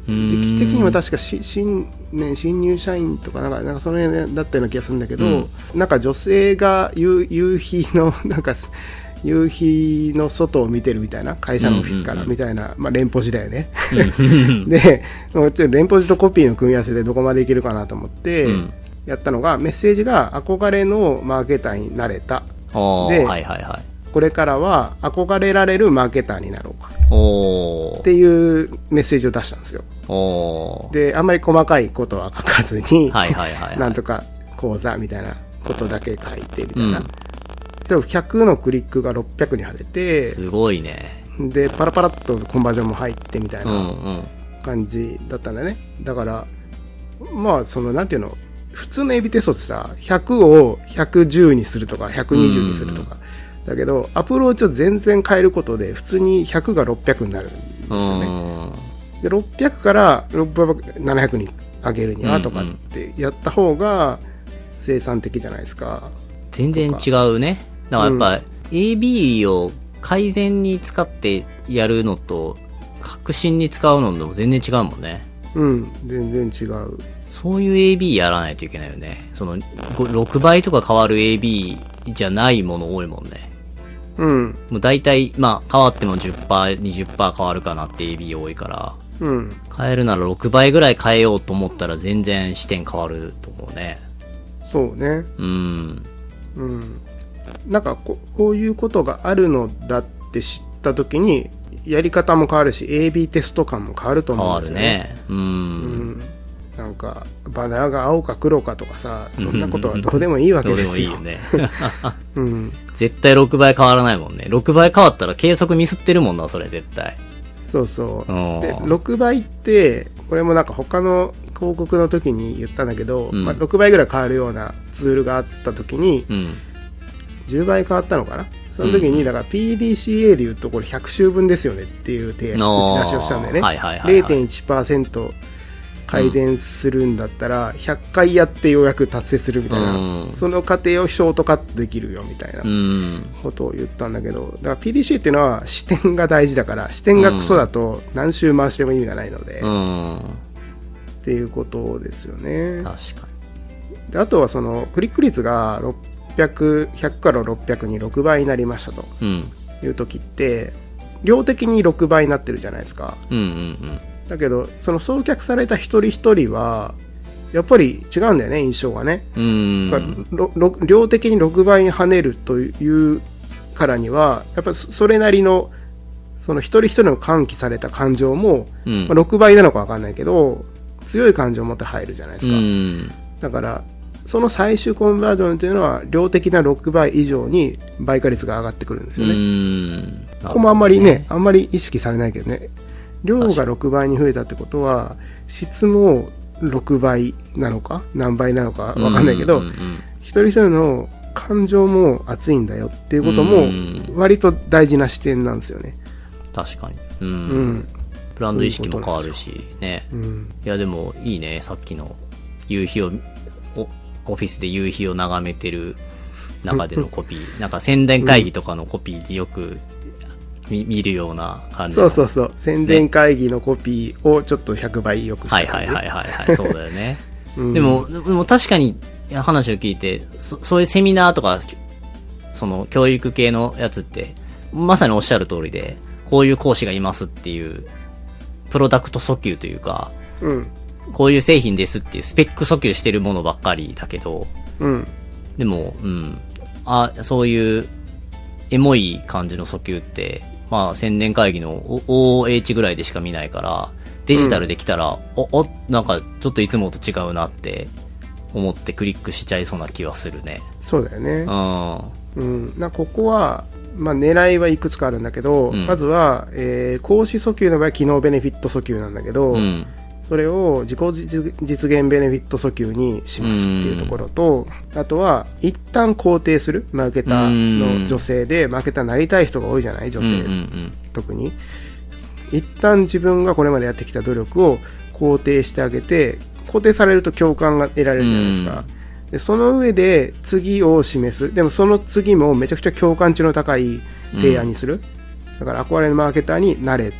時期的には確か新入社員とかなんかその辺だったような気がするんだけど、なんか女性が夕日の夕日の外を見てるみたいな、会社のオフィスからみたいな、連邦時だよねでもちろん連邦時とコピーの組み合わせでどこまでいけるかなと思ってやったのが、メッセージが憧れのマーケターになれたで、はいはいはい、これからは憧れられるマーケターになろうかっていうメッセージを出したんですよ。で、あんまり細かいことは書かずに、なんとか講座みたいなことだけ書いてみたいな、でも100のクリックが600に跳ねて、 すごいね。でパラパラっとコンバージョンも入ってみたいな感じだったんだね。だからまあそのなんていうの、普通の AB テストってさ、100を110にするとか120にするとか、だけどアプローチを全然変えることで普通に100が600になるんですよね。で600から700に上げるにはとかってやった方が生産的じゃないですか。 全然違うね。だからやっぱ、AB を改善に使ってやるのと革新に使うのも全然違うもんね。 全然違う。 そういう AB やらないといけないよね。その6倍とか変わる AB じゃないもの多いもんね。もう大体変わっても 10%、20% 変わるかなって AB 多いから、変えるなら6倍ぐらい変えようと思ったら全然視点変わると思うね。 そうね。なんかこういうことがあるのだって知った時にやり方も変わるし AB テスト感も変わると思うんですよね。変わるね。なんかバナーが青か黒かとかさ、そんなことはどうでもいいわけですよ。どうでもいいよね。 絶対6倍変わらないもんね。6倍変わったら計測ミスってるもんな、それ絶対。 そうそう。で6倍ってこれもなんか他の広告の時に言ったんだけど、6倍ぐらい変わるようなツールがあった時に、10倍変わったのかな。その時にだから PDCA で言うとこれ100週分ですよねっていう打ち出しをしたんだよね。0.1% 改善するんだったら100回やってようやく達成するみたいな、その過程をショートカットできるよみたいなことを言ったんだけど、だから PDCA っていうのは視点が大事だから、視点がクソだと何周回しても意味がないので、っていうことですよね。 確かに。であとはそのクリック率が100から600に6倍になりましたという時って、量的に6倍になってるじゃないですか。だけどその送客された一人一人はやっぱり違うんだよね、印象がね。量的に6倍に跳ねるというからにはやっぱそれなりのその一人一人の喚起された感情も、6倍なのか分かんないけど強い感情を持って入るじゃないですか。だからその最終コンバージョンというのは量的な6倍以上に倍化率が上がってくるんですよね。ここもあんまりね、あんまり意識されないけどね、量が6倍に増えたってことは質も6倍なのか何倍なのか分かんないけど、一人一人の感情も熱いんだよっていうことも割と大事な視点なんですよね。 確かに。ブランド意識も変わるしね。いやでもいいね、さっきの夕日をオフィスで夕日を眺めてる中でのコピーなんか宣伝会議とかのコピーでよく見るような感じ。 そう宣伝会議のコピーをちょっと100倍よくした感じ。そうだよね。でも確かに話を聞いてそういうセミナーとかその教育系のやつってまさにおっしゃる通りで、こういう講師がいますっていうプロダクト訴求というか、こういう製品ですっていうスペック訴求してるものばっかりだけど、でも、そういうエモい感じの訴求って宣伝会議の OH ぐらいでしか見ないから、デジタルできたら、なんかちょっといつもと違うなって思ってクリックしちゃいそうな気はするね。 そうだよね。ここは狙いはいくつかあるんだけど、まずは、講師訴求の場合機能ベネフィット訴求なんだけど、それを自己実現ベネフィット訴求にしますっていうところと、あとは一旦肯定するマーケターの女性でマーケターになりたい人が多いじゃない、女性、特に一旦自分がこれまでやってきた努力を肯定してあげて、肯定されると共感が得られるじゃないですか。でその上で次を示す。でもその次もめちゃくちゃ共感値の高い提案にする。だから憧れのマーケターになれた。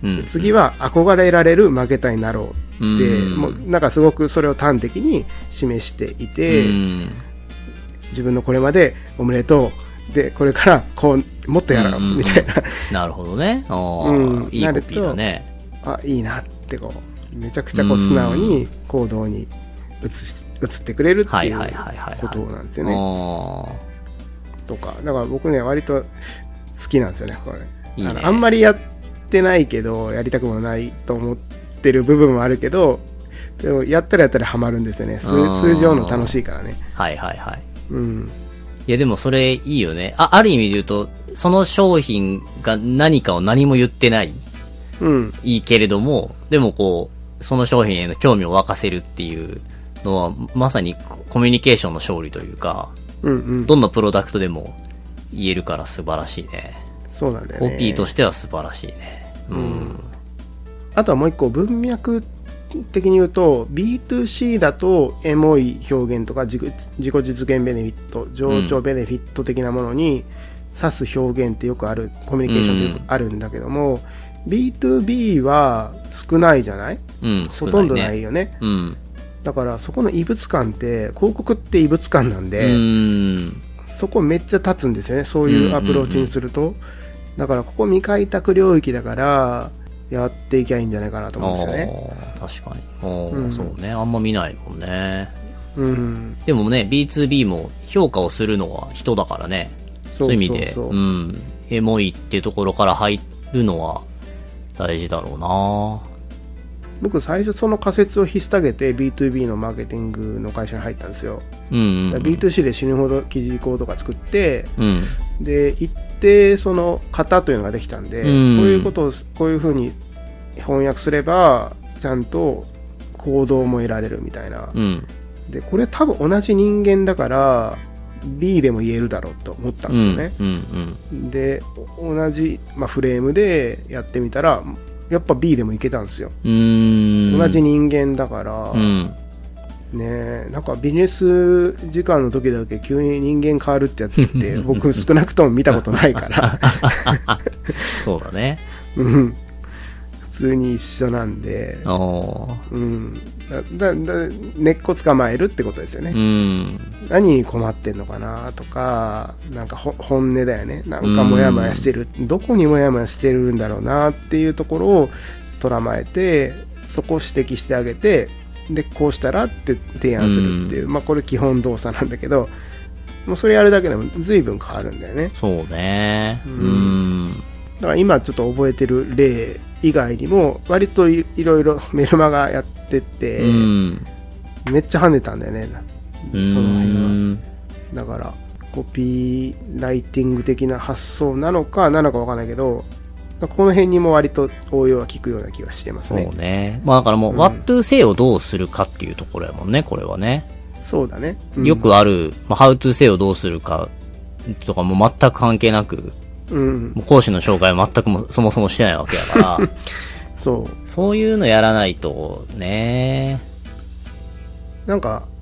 次は憧れられるマーケターになろうって、もうなんかすごくそれを端的に示していて、自分のこれまでおめでとうで、これからこうもっとやろうみたいな、 なるほどね。いいコピーだね。 いいなってこうめちゃくちゃこう素直に行動に移ってくれるっていうことなんですよね。とかだから僕ね割と好きなんですよねこれ。いいね、あんまりやってないけどやりたくもないと思ってる部分もあるけど、でもやったらハマるんですよね。数字追うの楽しいからね。 はいはいはい。いやでもそれいいよね。ある意味で言うとその商品が何かを何も言ってない、いいけれども、でもこうその商品への興味を沸かせるっていうのはまさにコミュニケーションの勝利というか、どんなプロダクトでも言えるから素晴らしいね。 そうなんだよね。 コピーとしては素晴らしいね。 あとはもう一個文脈的に言うと B2C だとエモい表現とか自己実現ベネフィット、上長ベネフィット的なものに指す表現ってよくある、コミュニケーションってよくあるんだけども、B2B は少ないじゃない？ほとんどないよね。だからそこの異物感って広告って異物感なんで、そこめっちゃ立つんですよね。そういうアプローチにすると、だからここ未開拓領域だからやっていきゃいいんじゃないかなと思うんですよね。 確かに。そうね。あんま見ないもんね。でもね B2B も評価をするのは人だからね。そういう意味でエモいっていうところから入るのは大事だろうな。 僕最初その仮説を引っ提げて B2B のマーケティングの会社に入ったんですよ。B2C で死ぬほど記事項とか作って、で一定その型というのができたんで、こういうことをこういうふうに翻訳すればちゃんと行動も得られるみたいな、でこれ多分同じ人間だから B でも言えるだろうと思ったんですよね。で同じ、フレームでやってみたらやっぱ B でもいけたんですよ。同じ人間だから、ね、なんかビジネス時間の時だけ急に人間変わるってやつって僕少なくとも見たことないからそうだね。 普通に一緒なんで、根っこ捕まえるってことですよね。何に困ってんのかなとか、なんか本音だよね。なんかモヤモヤしてる、どこにモヤモヤしてるんだろうなっていうところを捉まえて、そこを指摘してあげて、でこうしたらって提案するっていう、これ基本動作なんだけど、もうそれやるだけでも随分変わるんだよね。 そうね。 だから今ちょっと覚えてる例以外にも割といろいろメルマガやってて、めっちゃ跳ねたんだよね、その辺は。だからコピーライティング的な発想なのか分かんないけど、この辺にも割と応用は効くような気がしてますね。 そうね。だからもう、what to say をどうするかっていうところやもんね、これはね。 そうだね。 よくある、how to say をどうするかとかも全く関係なく、もう講師の紹介は全くそもそもしてないわけやからそういうのやらないとね。なんでか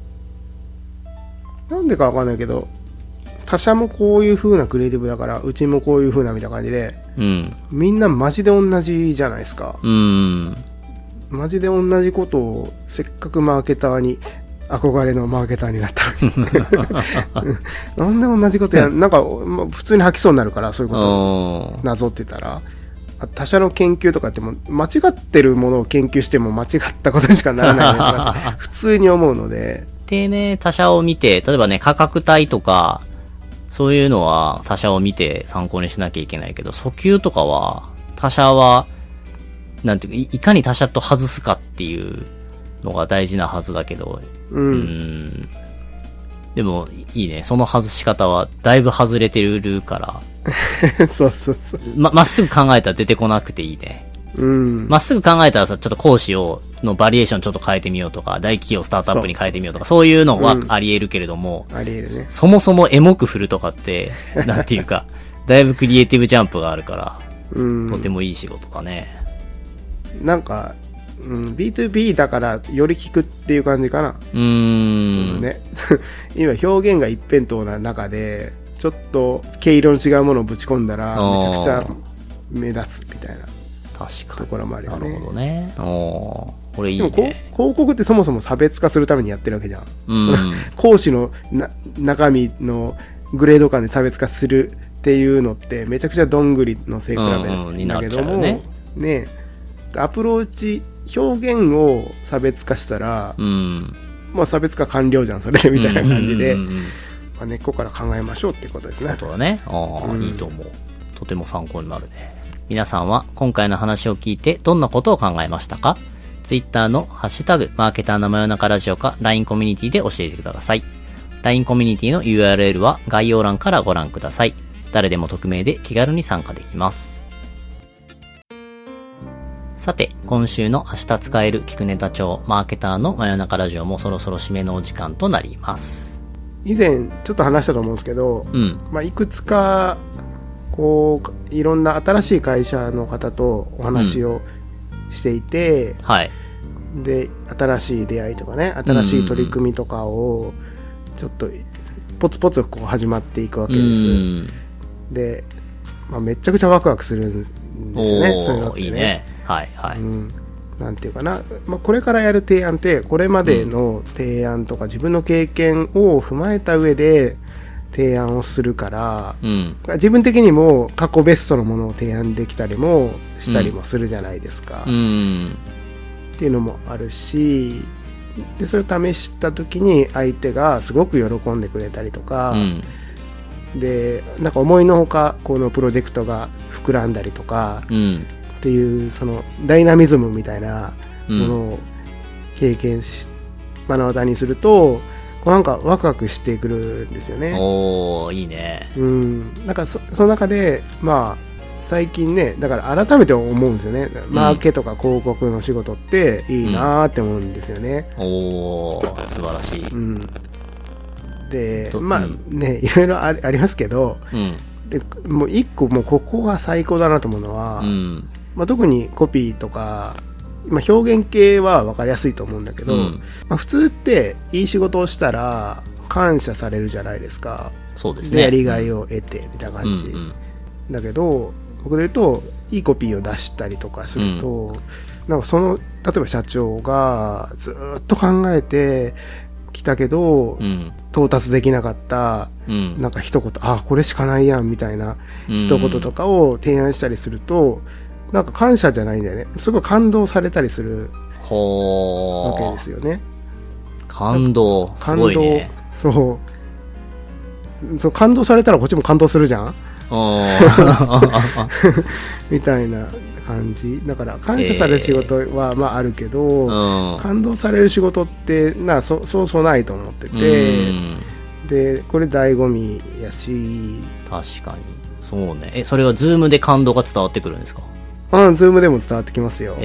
わかんないけど、他社もこういう風なクリエイティブだからうちもこういう風なみたいな感じで、みんなマジで同じじゃないですか。マジで同じことをせっかくマーケターに憧れのマーケターになったのになんで同じことやなんか、普通に吐きそうになるから、そういうことをなぞってたら、他社の研究とかっても間違ってるものを研究しても間違ったことにしかならないのか普通に思うので。 でね、他社を見て、例えばね、価格帯とかそういうのは他社を見て参考にしなきゃいけないけど、訴求とかは他社はなんていうか、いかに他社と外すかっていうのが大事なはずだけど、でもいいね、その外し方はだいぶ外れてるからそうまっすぐ考えたら出てこなくていいね。まっすぐ考えたらさ、ちょっと講師のバリエーションちょっと変えてみようとか、大企業スタートアップに変えてみようとか、そういうのはあり得るけれども、 あり得るね。 そもそもエモく振るとかってなんていうかだいぶクリエイティブジャンプがあるから、とてもいい仕事だね。 なんかB2B だからより効くっていう感じかな。ね今表現が一辺倒な中でちょっと毛色の違うものをぶち込んだらめちゃくちゃ目立つみたいな。 ところもあるよね。 なるほどね。これいいね。 でも広告ってそもそも差別化するためにやってるわけじゃん。講師の中身のグレード感で差別化するっていうのってめちゃくちゃどんぐりの背比べだけども、ね、アプローチ表現を差別化したら、まあ差別化完了じゃんそれでみたいな感じで、根っこから考えましょうっていうことですね。 そうだね。いいと思う。とても参考になるね。皆さんは今回の話を聞いてどんなことを考えましたか？ Twitter のハッシュタグマーケターの真夜中ラジオか LINE コミュニティで教えてください。 LINE コミュニティの URL は概要欄からご覧ください。誰でも匿名で気軽に参加できます。さて、今週の明日使える聞くネタ帳マーケターの真夜中ラジオもそろそろ締めのお時間となります。 以前ちょっと話したと思うんですけど、いくつかこういろんな新しい会社の方とお話をしていて、で新しい出会いとかね、新しい取り組みとかをちょっとポツポツこう始まっていくわけです。で、めちゃくちゃワクワクするんですよね。そういうのってね。いいね。なんていうかな、これからやる提案ってこれまでの提案とか自分の経験を踏まえた上で提案をするから、自分的にも過去ベストのものを提案できたりもしたりもするじゃないですか、っていうのもあるし、でそれを試した時に相手がすごく喜んでくれたりとか、でなんか思いのほかこのプロジェクトが膨らんだりとか、っていうそのダイナミズムみたいなものを経験し、目の当たりにするとなんかワクワクしてくるんですよね。 いいね。 なんかその中で最近ね、だから改めて思うんですよね。マーケとか広告の仕事っていいなーって思うんですよね。 素晴らしい。 でね、いろいろありますけど、でもう一個もうここが最高だなと思うのは、特にコピーとか、表現系は分かりやすいと思うんだけど、普通っていい仕事をしたら感謝されるじゃないですか。 そうですね。 でやりがいを得てみたいな感じ、だけど僕で言うといいコピーを出したりとかすると、なんか例えば社長がずっと考えてきたけど、到達できなかった、なんか一言、これしかないやんみたいな一言とかを提案したりすると、なんか感謝じゃないんだよね。すごい感動されたりするわけですよね。 感動、すごいね。 そう感動されたらこっちも感動するじゃんみたいな感じだから、感謝される仕事はあるけど、感動される仕事ってそうそうないと思ってて、でこれ醍醐味やし。 確かにそうね。それはズームで感動が伝わってくるんですか？ ズームでも伝わってきますよ。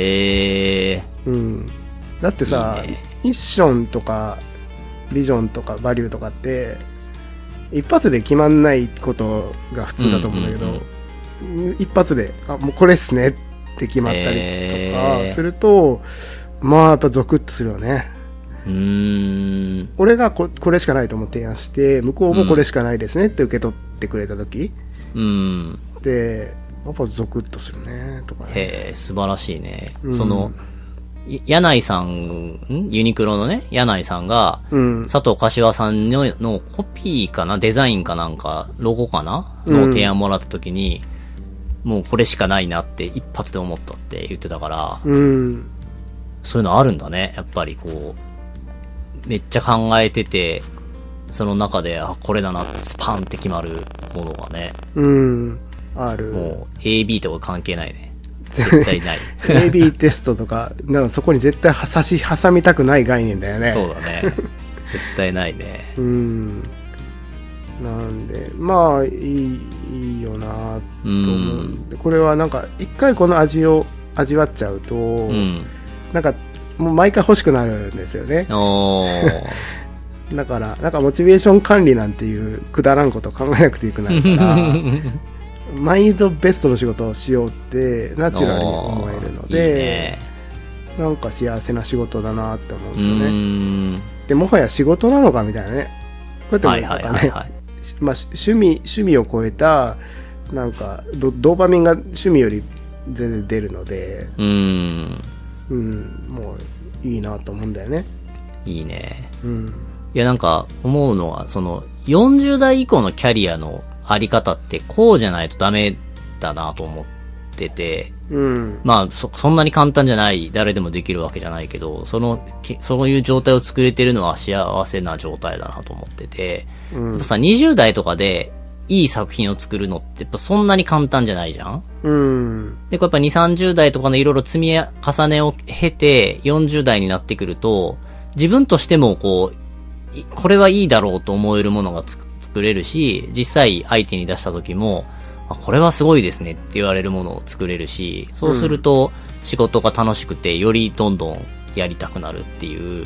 だってさ、ミッションとかビジョンとかバリューとかって一発で決まんないことが普通だと思うんだけど、一発でもうこれっすねって決まったりとかすると、やっぱゾクッとするよね。俺がこれしかないと思って提案して、向こうもこれしかないですねって受け取ってくれた時、でやっぱゾクッとするねとかね。 素晴らしいね。その柳井さん、ユニクロのね、柳井さんが、佐藤柏さんのコピーかな、デザインかなんか、ロゴかなの提案もらった時に、もうこれしかないなって一発で思ったって言ってたから、そういうのあるんだね。やっぱりこう、めっちゃ考えてて、その中で、これだなってスパンって決まるものがね。 ある。 もう AB とか関係ないね。絶対ない。 AB テストとか、そこに絶対挟みたくない概念だよね。 そうだね。絶対ないね。 なんで、いいよなと思うんで、これはなんか、一回この味を味わっちゃうと、なんか、もう毎回欲しくなるんですよね。だから、なんかモチベーション管理なんていうくだらんことを考えなくてよくなるから、毎度ベストの仕事をしようってナチュラルに思えるので、いいね、なんか幸せな仕事だなって思うんですよね。でもはや仕事なのかみたいなね。こうやって思ったね。趣味を超えたなんかドーパミンが趣味より全然出るので、もういいなと思うんだよね。 いいね。いやなんか思うのは、その40代以降のキャリアのあり方ってこうじゃないとダメだなと思ってて、まあそんなに簡単じゃない、誰でもできるわけじゃないけど、そういう状態を作れてるのは幸せな状態だなと思ってて、やっぱさ20代とかでいい作品を作るのってやっぱそんなに簡単じゃないじゃん。で、やっぱ2、30代とかのいろいろ積み重ねを経て40代になってくると、自分としてもこれはいいだろうと思えるものが作れるし、実際相手に出した時も、これはすごいですねって言われるものを作れるし、そうすると仕事が楽しくてよりどんどんやりたくなるっていう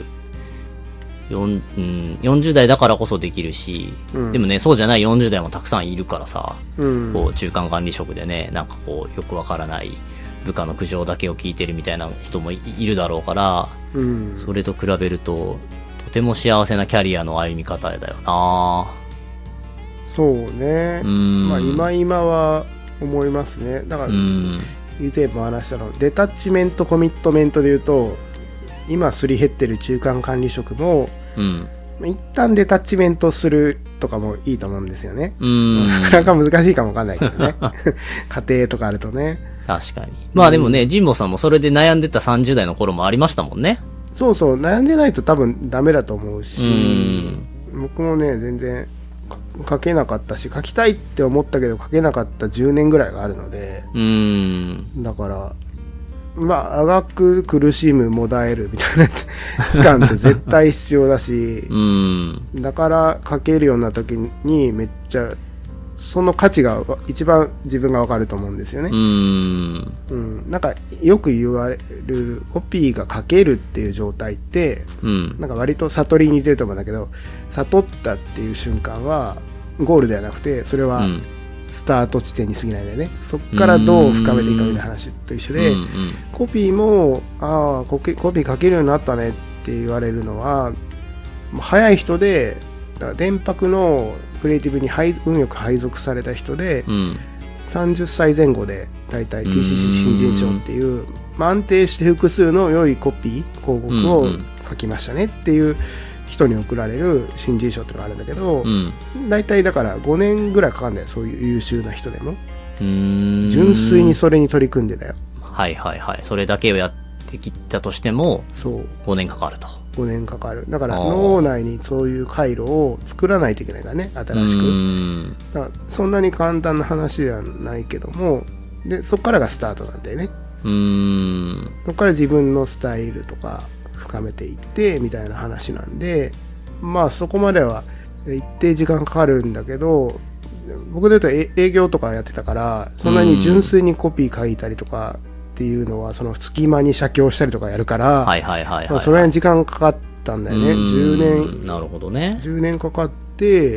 、40代だからこそできるし、でもね、そうじゃない40代もたくさんいるからさ、こう中間管理職でね、なんかこうよくわからない部下の苦情だけを聞いてるみたいな人もいるだろうから、それと比べるととても幸せなキャリアの歩み方だよな。 そうね。まあ今は思いますね。だから以前も話したの、デタッチメントコミットメントで言うと、今すり減ってる中間管理職も、一旦デタッチメントするとかもいいと思うんですよね。なかなか難しいかもわかんないけどね。家庭とかあるとね。 確かに。まあでもね、神保さんもそれで悩んでた30代の頃もありましたもんね。 そうそう、悩んでないと多分ダメだと思うし、僕もね、全然書けなかったし、書きたいって思ったけど書けなかった10年ぐらいがあるので、だから、まあ、あがく苦しむもだえるみたいな期間って絶対必要だし、だから書けるような時にめっちゃその価値が一番自分が分かると思うんですよね。なんかよく言われるコピーが書けるっていう状態って、なんか割と悟りに似てると思うんだけど、悟ったっていう瞬間はゴールではなくて、それはスタート地点に過ぎないんだよね。そっからどう深めていくかみたいな話と一緒で、コピーもコピー書けるようになったねって言われるのは、もう早い人で、だから電白のクリエイティブに運よく配属された人で、30歳前後でだいたい TCC 新人賞っていう、安定して複数の良いコピー広告を書きましたねっていう人に贈られる新人賞っていうのがあるんだけど、だいたいだから5年ぐらいかかるんだよ、そういう優秀な人でも。純粋にそれに取り組んでだよ。 はいはいはい。それだけをやってきたとしても5年かかると。 5年かかる。だから脳内にそういう回路を作らないといけないからね、新しく。だからそんなに簡単な話ではないけども、でそこからがスタートなんだよね。そこから自分のスタイルとか深めていってみたいな話なんで、まあそこまでは一定時間かかるんだけど、僕で言うと営業とかやってたから、そんなに純粋にコピー書いたりとかっていうのはその隙間に写経したりとかやるから、それに時間かかったんだよね。10年。 なるほどね。 10年かかって、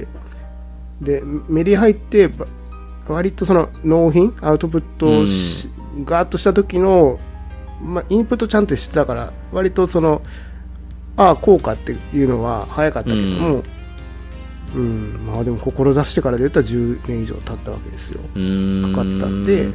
でメディア入って割とその納品アウトプットをガーッとした時の、インプットちゃんとしてたから、割とそのこうかっていうのは早かったけども、まあでも志してからで言ったら10年以上経ったわけですよ。かかったんで、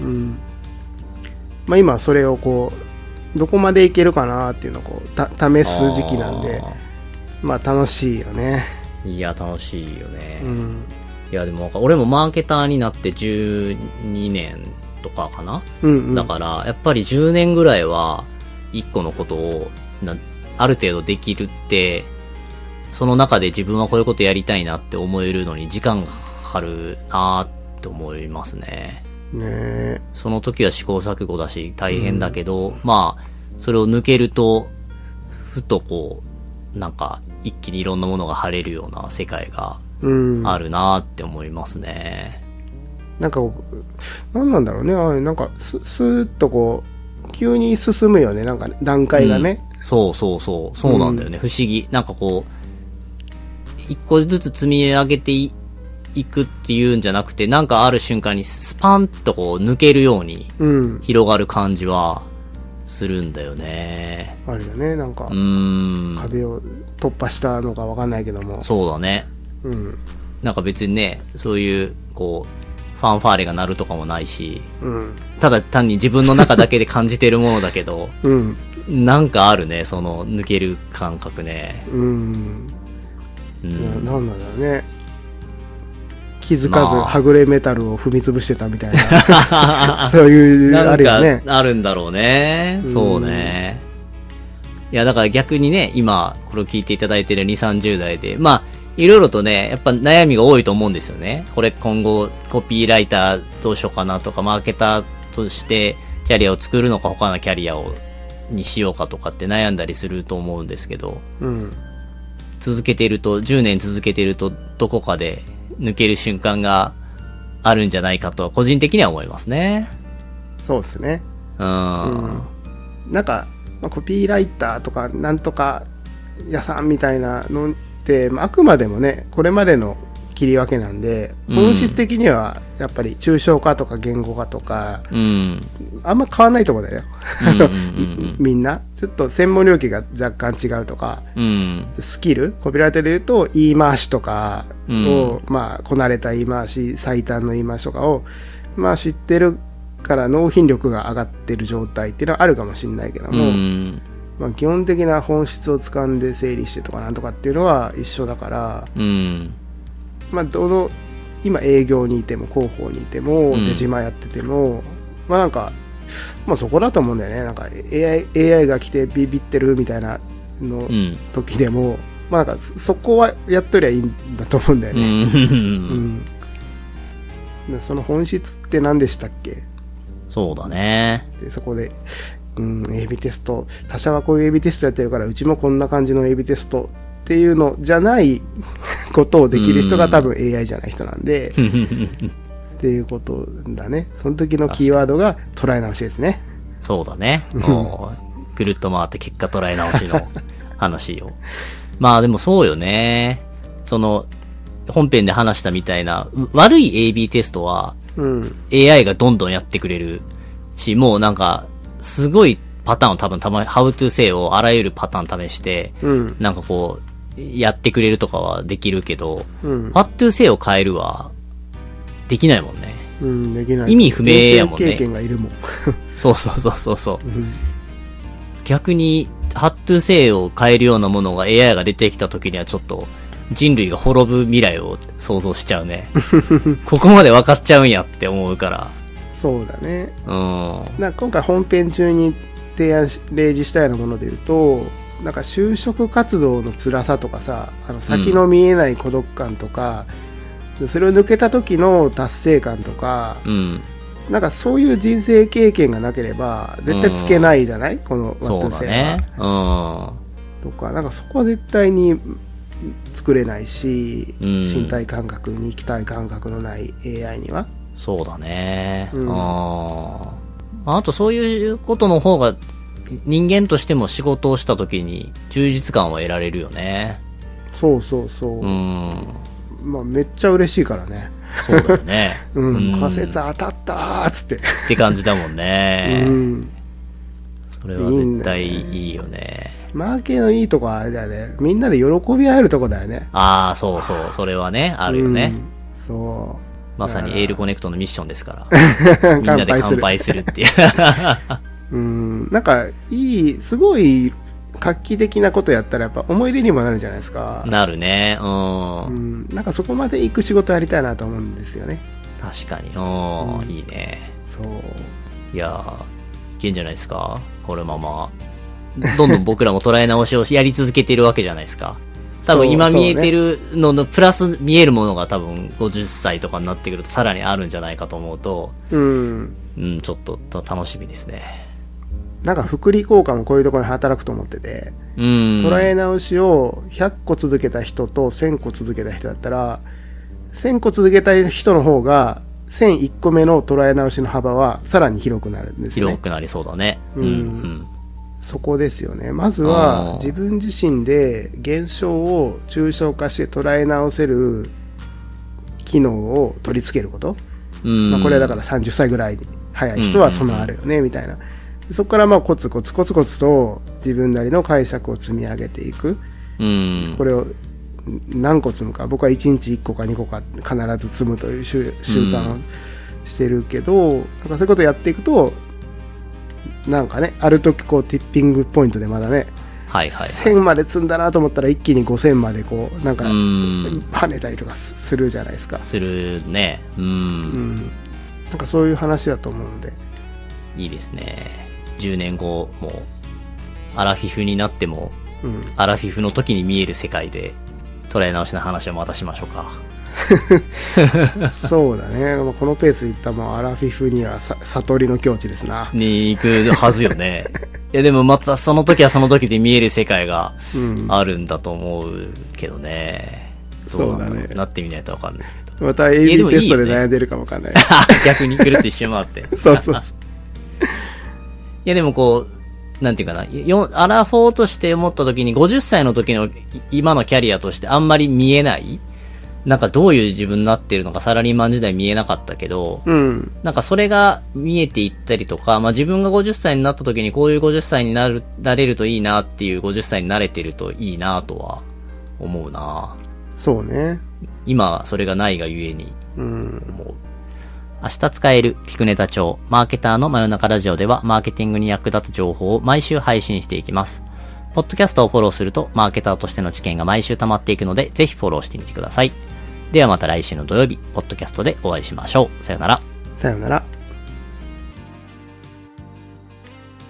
まあ今それをこうどこまでいけるかなっていうのをこう試す時期なんで、まあ楽しいよね。 いや楽しいよね。いやでも俺もマーケターになって12年とかかな、だからやっぱり10年ぐらいは1個のことをある程度できるって、その中で自分はこういうことやりたいなって思えるのに時間がかかるなって思いますね。その時は試行錯誤だし大変だけど、まあそれを抜けるとふとこうなんか一気にいろんなものが晴れるような世界があるなって思いますね。 なんか何なんだろうね、なんかスーッとこう急に進むよね、なんか段階がね。 そうなんだよね、不思議。なんかこう一個ずつ積み上げていくっていうんじゃなくて、なんかある瞬間にスパンとこう抜けるように広がる感じはするんだよね。 あるよね、なんか壁を突破したのか分かんないけども。 そうだね。なんか別にね、そういうこうファンファーレが鳴るとかもないし、ただ単に自分の中だけで感じてるものだけど、なんかあるね、その抜ける感覚ね。 なんなんだろうね。気づかずはぐれメタルを踏み潰してたみたいなそういうあるよね。 なんかあるんだろうね。そうね。いやだから逆にね、今これを聞いていただいてる2、30代で、まあいろいろとね、やっぱ悩みが多いと思うんですよね。これ今後コピーライターどうしようかなとか、マーケターとしてキャリアを作るのか他のキャリアにしようかとかって悩んだりすると思うんですけど、続けていると、10年続けているとどこかで抜ける瞬間があるんじゃないかと個人的には思いますね。 そうですね。なんか、コピーライターとかなんとか屋さんみたいなのって、あくまでもねこれまでの切り分けなんで、本質的にはやっぱり抽象化とか言語化とか、あんま変わんないと思うんだよみんなちょっと専門領域が若干違うとか、スキルコピーライターで言うと言い回しとかを、こなれた言い回し、最短の言い回しとかを知ってるから納品力が上がってる状態っていうのはあるかもしれないけども、基本的な本質を掴んで整理してとかなんとかっていうのは一緒だから、今営業にいても広報にいても出島やってても、なんかそこだと思うんだよね。なんか AI が来てビビってるみたいなの時でも、なんかそこはやっとりゃいいんだと思うんだよね。その本質って何でしたっけ？ そうだね。 でそこでAB テスト、他社はこういう AB テストやってるからうちもこんな感じの AB テストっていうのじゃないことをできる人が多分 AI じゃない人なんでっていうことだね。その時のキーワードが捉え直しですね。 そうだね。ぐるっと回って結果捉え直しの話をでもそうよね。その本編で話したみたいな悪い AB テストは、AI がどんどんやってくれるし、もうなんかすごいパターンを多分How to say をあらゆるパターン試して、なんかこうやってくれるとかはできるけど、What to say を変えるはできないもんね。 できない。 意味不明やもんね。 経験がいるもん。 そう、逆に What to say を変えるようなものが AI が出てきた時にはちょっと人類が滅ぶ未来を想像しちゃうね。ここまで分かっちゃうんやって思うから。 そうだね。なんか今回本編中に提案例示したようなもので言うと、なんか就職活動の辛さとかさ、先の見えない孤独感とか、それを抜けた時の達成感とか、なんかそういう人生経験がなければ絶対つけないじゃない、このワットセは。とか、なんかそこは絶対に作れないし、身体感覚、肉体感覚のない AI には。 そうだね。あとそういうことの方が人間としても仕事をした時に充実感を得られるよね。 そう。めっちゃ嬉しいからね。 そうだよね。 仮説当たったーっつって。 って感じだもんね。それは絶対いいよね。 マーケのいいとこはあれだよね。みんなで喜び合えるとこだよね。 そう。それはね、あるよね。 そう。 まさにエールコネクトのミッションですから。みんなで乾杯するっていう。 なんかすごい画期的なことやったらやっぱ思い出にもなるじゃないですか。 なるね。 なんかそこまで行く仕事やりたいなと思うんですよね。 確かに。いいね。 そう。 いやいけんじゃないですか。このままどんどん僕らも捉え直しをやり続けてるわけじゃないですか。多分今見えてるののプラス見えるものが多分50歳とかになってくるとさらにあるんじゃないかと思うと、ちょっと楽しみですね。 なんか福利効果もこういうところに働くと思ってて、捉え直しを100個続けた人と1000個続けた人だったら、1000個続けた人の方が1001個目の捉え直しの幅はさらに広くなるんですね。 広くなりそうだね。 そこですよね。まずは自分自身で現象を抽象化して捉え直せる機能を取り付けること。これはだから30歳ぐらいに早い人はそのあるよねみたいな。そこからコツコツと自分なりの解釈を積み上げていく。これを何個積むか、僕は1日1個か2個か必ず積むという習慣をしてるけど、なんかそういうことやっていくと、なんかね、ある時こうティッピングポイントでまだね、 はいはいはい、 1000まで積んだなと思ったら一気に5000までこうなんか跳ねたりとかするじゃないですか。 するね。 なんかそういう話だと思うのでいいですね。10年後もアラフィフになっても、アラフィフの時に見える世界で捉え直しの話をまたしましょうか。 そうだね。このペースでいったらもうアラフィフには悟りの境地ですな。 に行くはずよね。いやでもまたその時はその時で見える世界があるんだと思うけどね。 そうだね。 なってみないと分かんないけど。 また AB テストで悩んでるかも分かんない。 逆に来るって一周回って。 そうそうそう。 いやでもこう、なんていうかな、アラフォーとして思った時に50歳の時の今のキャリアとしてあんまり見えない、なんかどういう自分になってるのかサラリーマン時代見えなかったけど、なんかそれが見えていったりとか、まあ自分が50歳になった時にこういう50歳になれるといいなっていう50歳になれてるといいなとは思うな。 そうね。 今はそれがないがゆえに思う。明日使える聞くネタ帳マーケターの真夜中ラジオではマーケティングに役立つ情報を毎週配信していきます。ポッドキャストをフォローするとマーケターとしての知見が毎週溜まっていくのでぜひフォローしてみてください。ではまた来週の土曜日ポッドキャストでお会いしましょう。さよなら。 さよなら。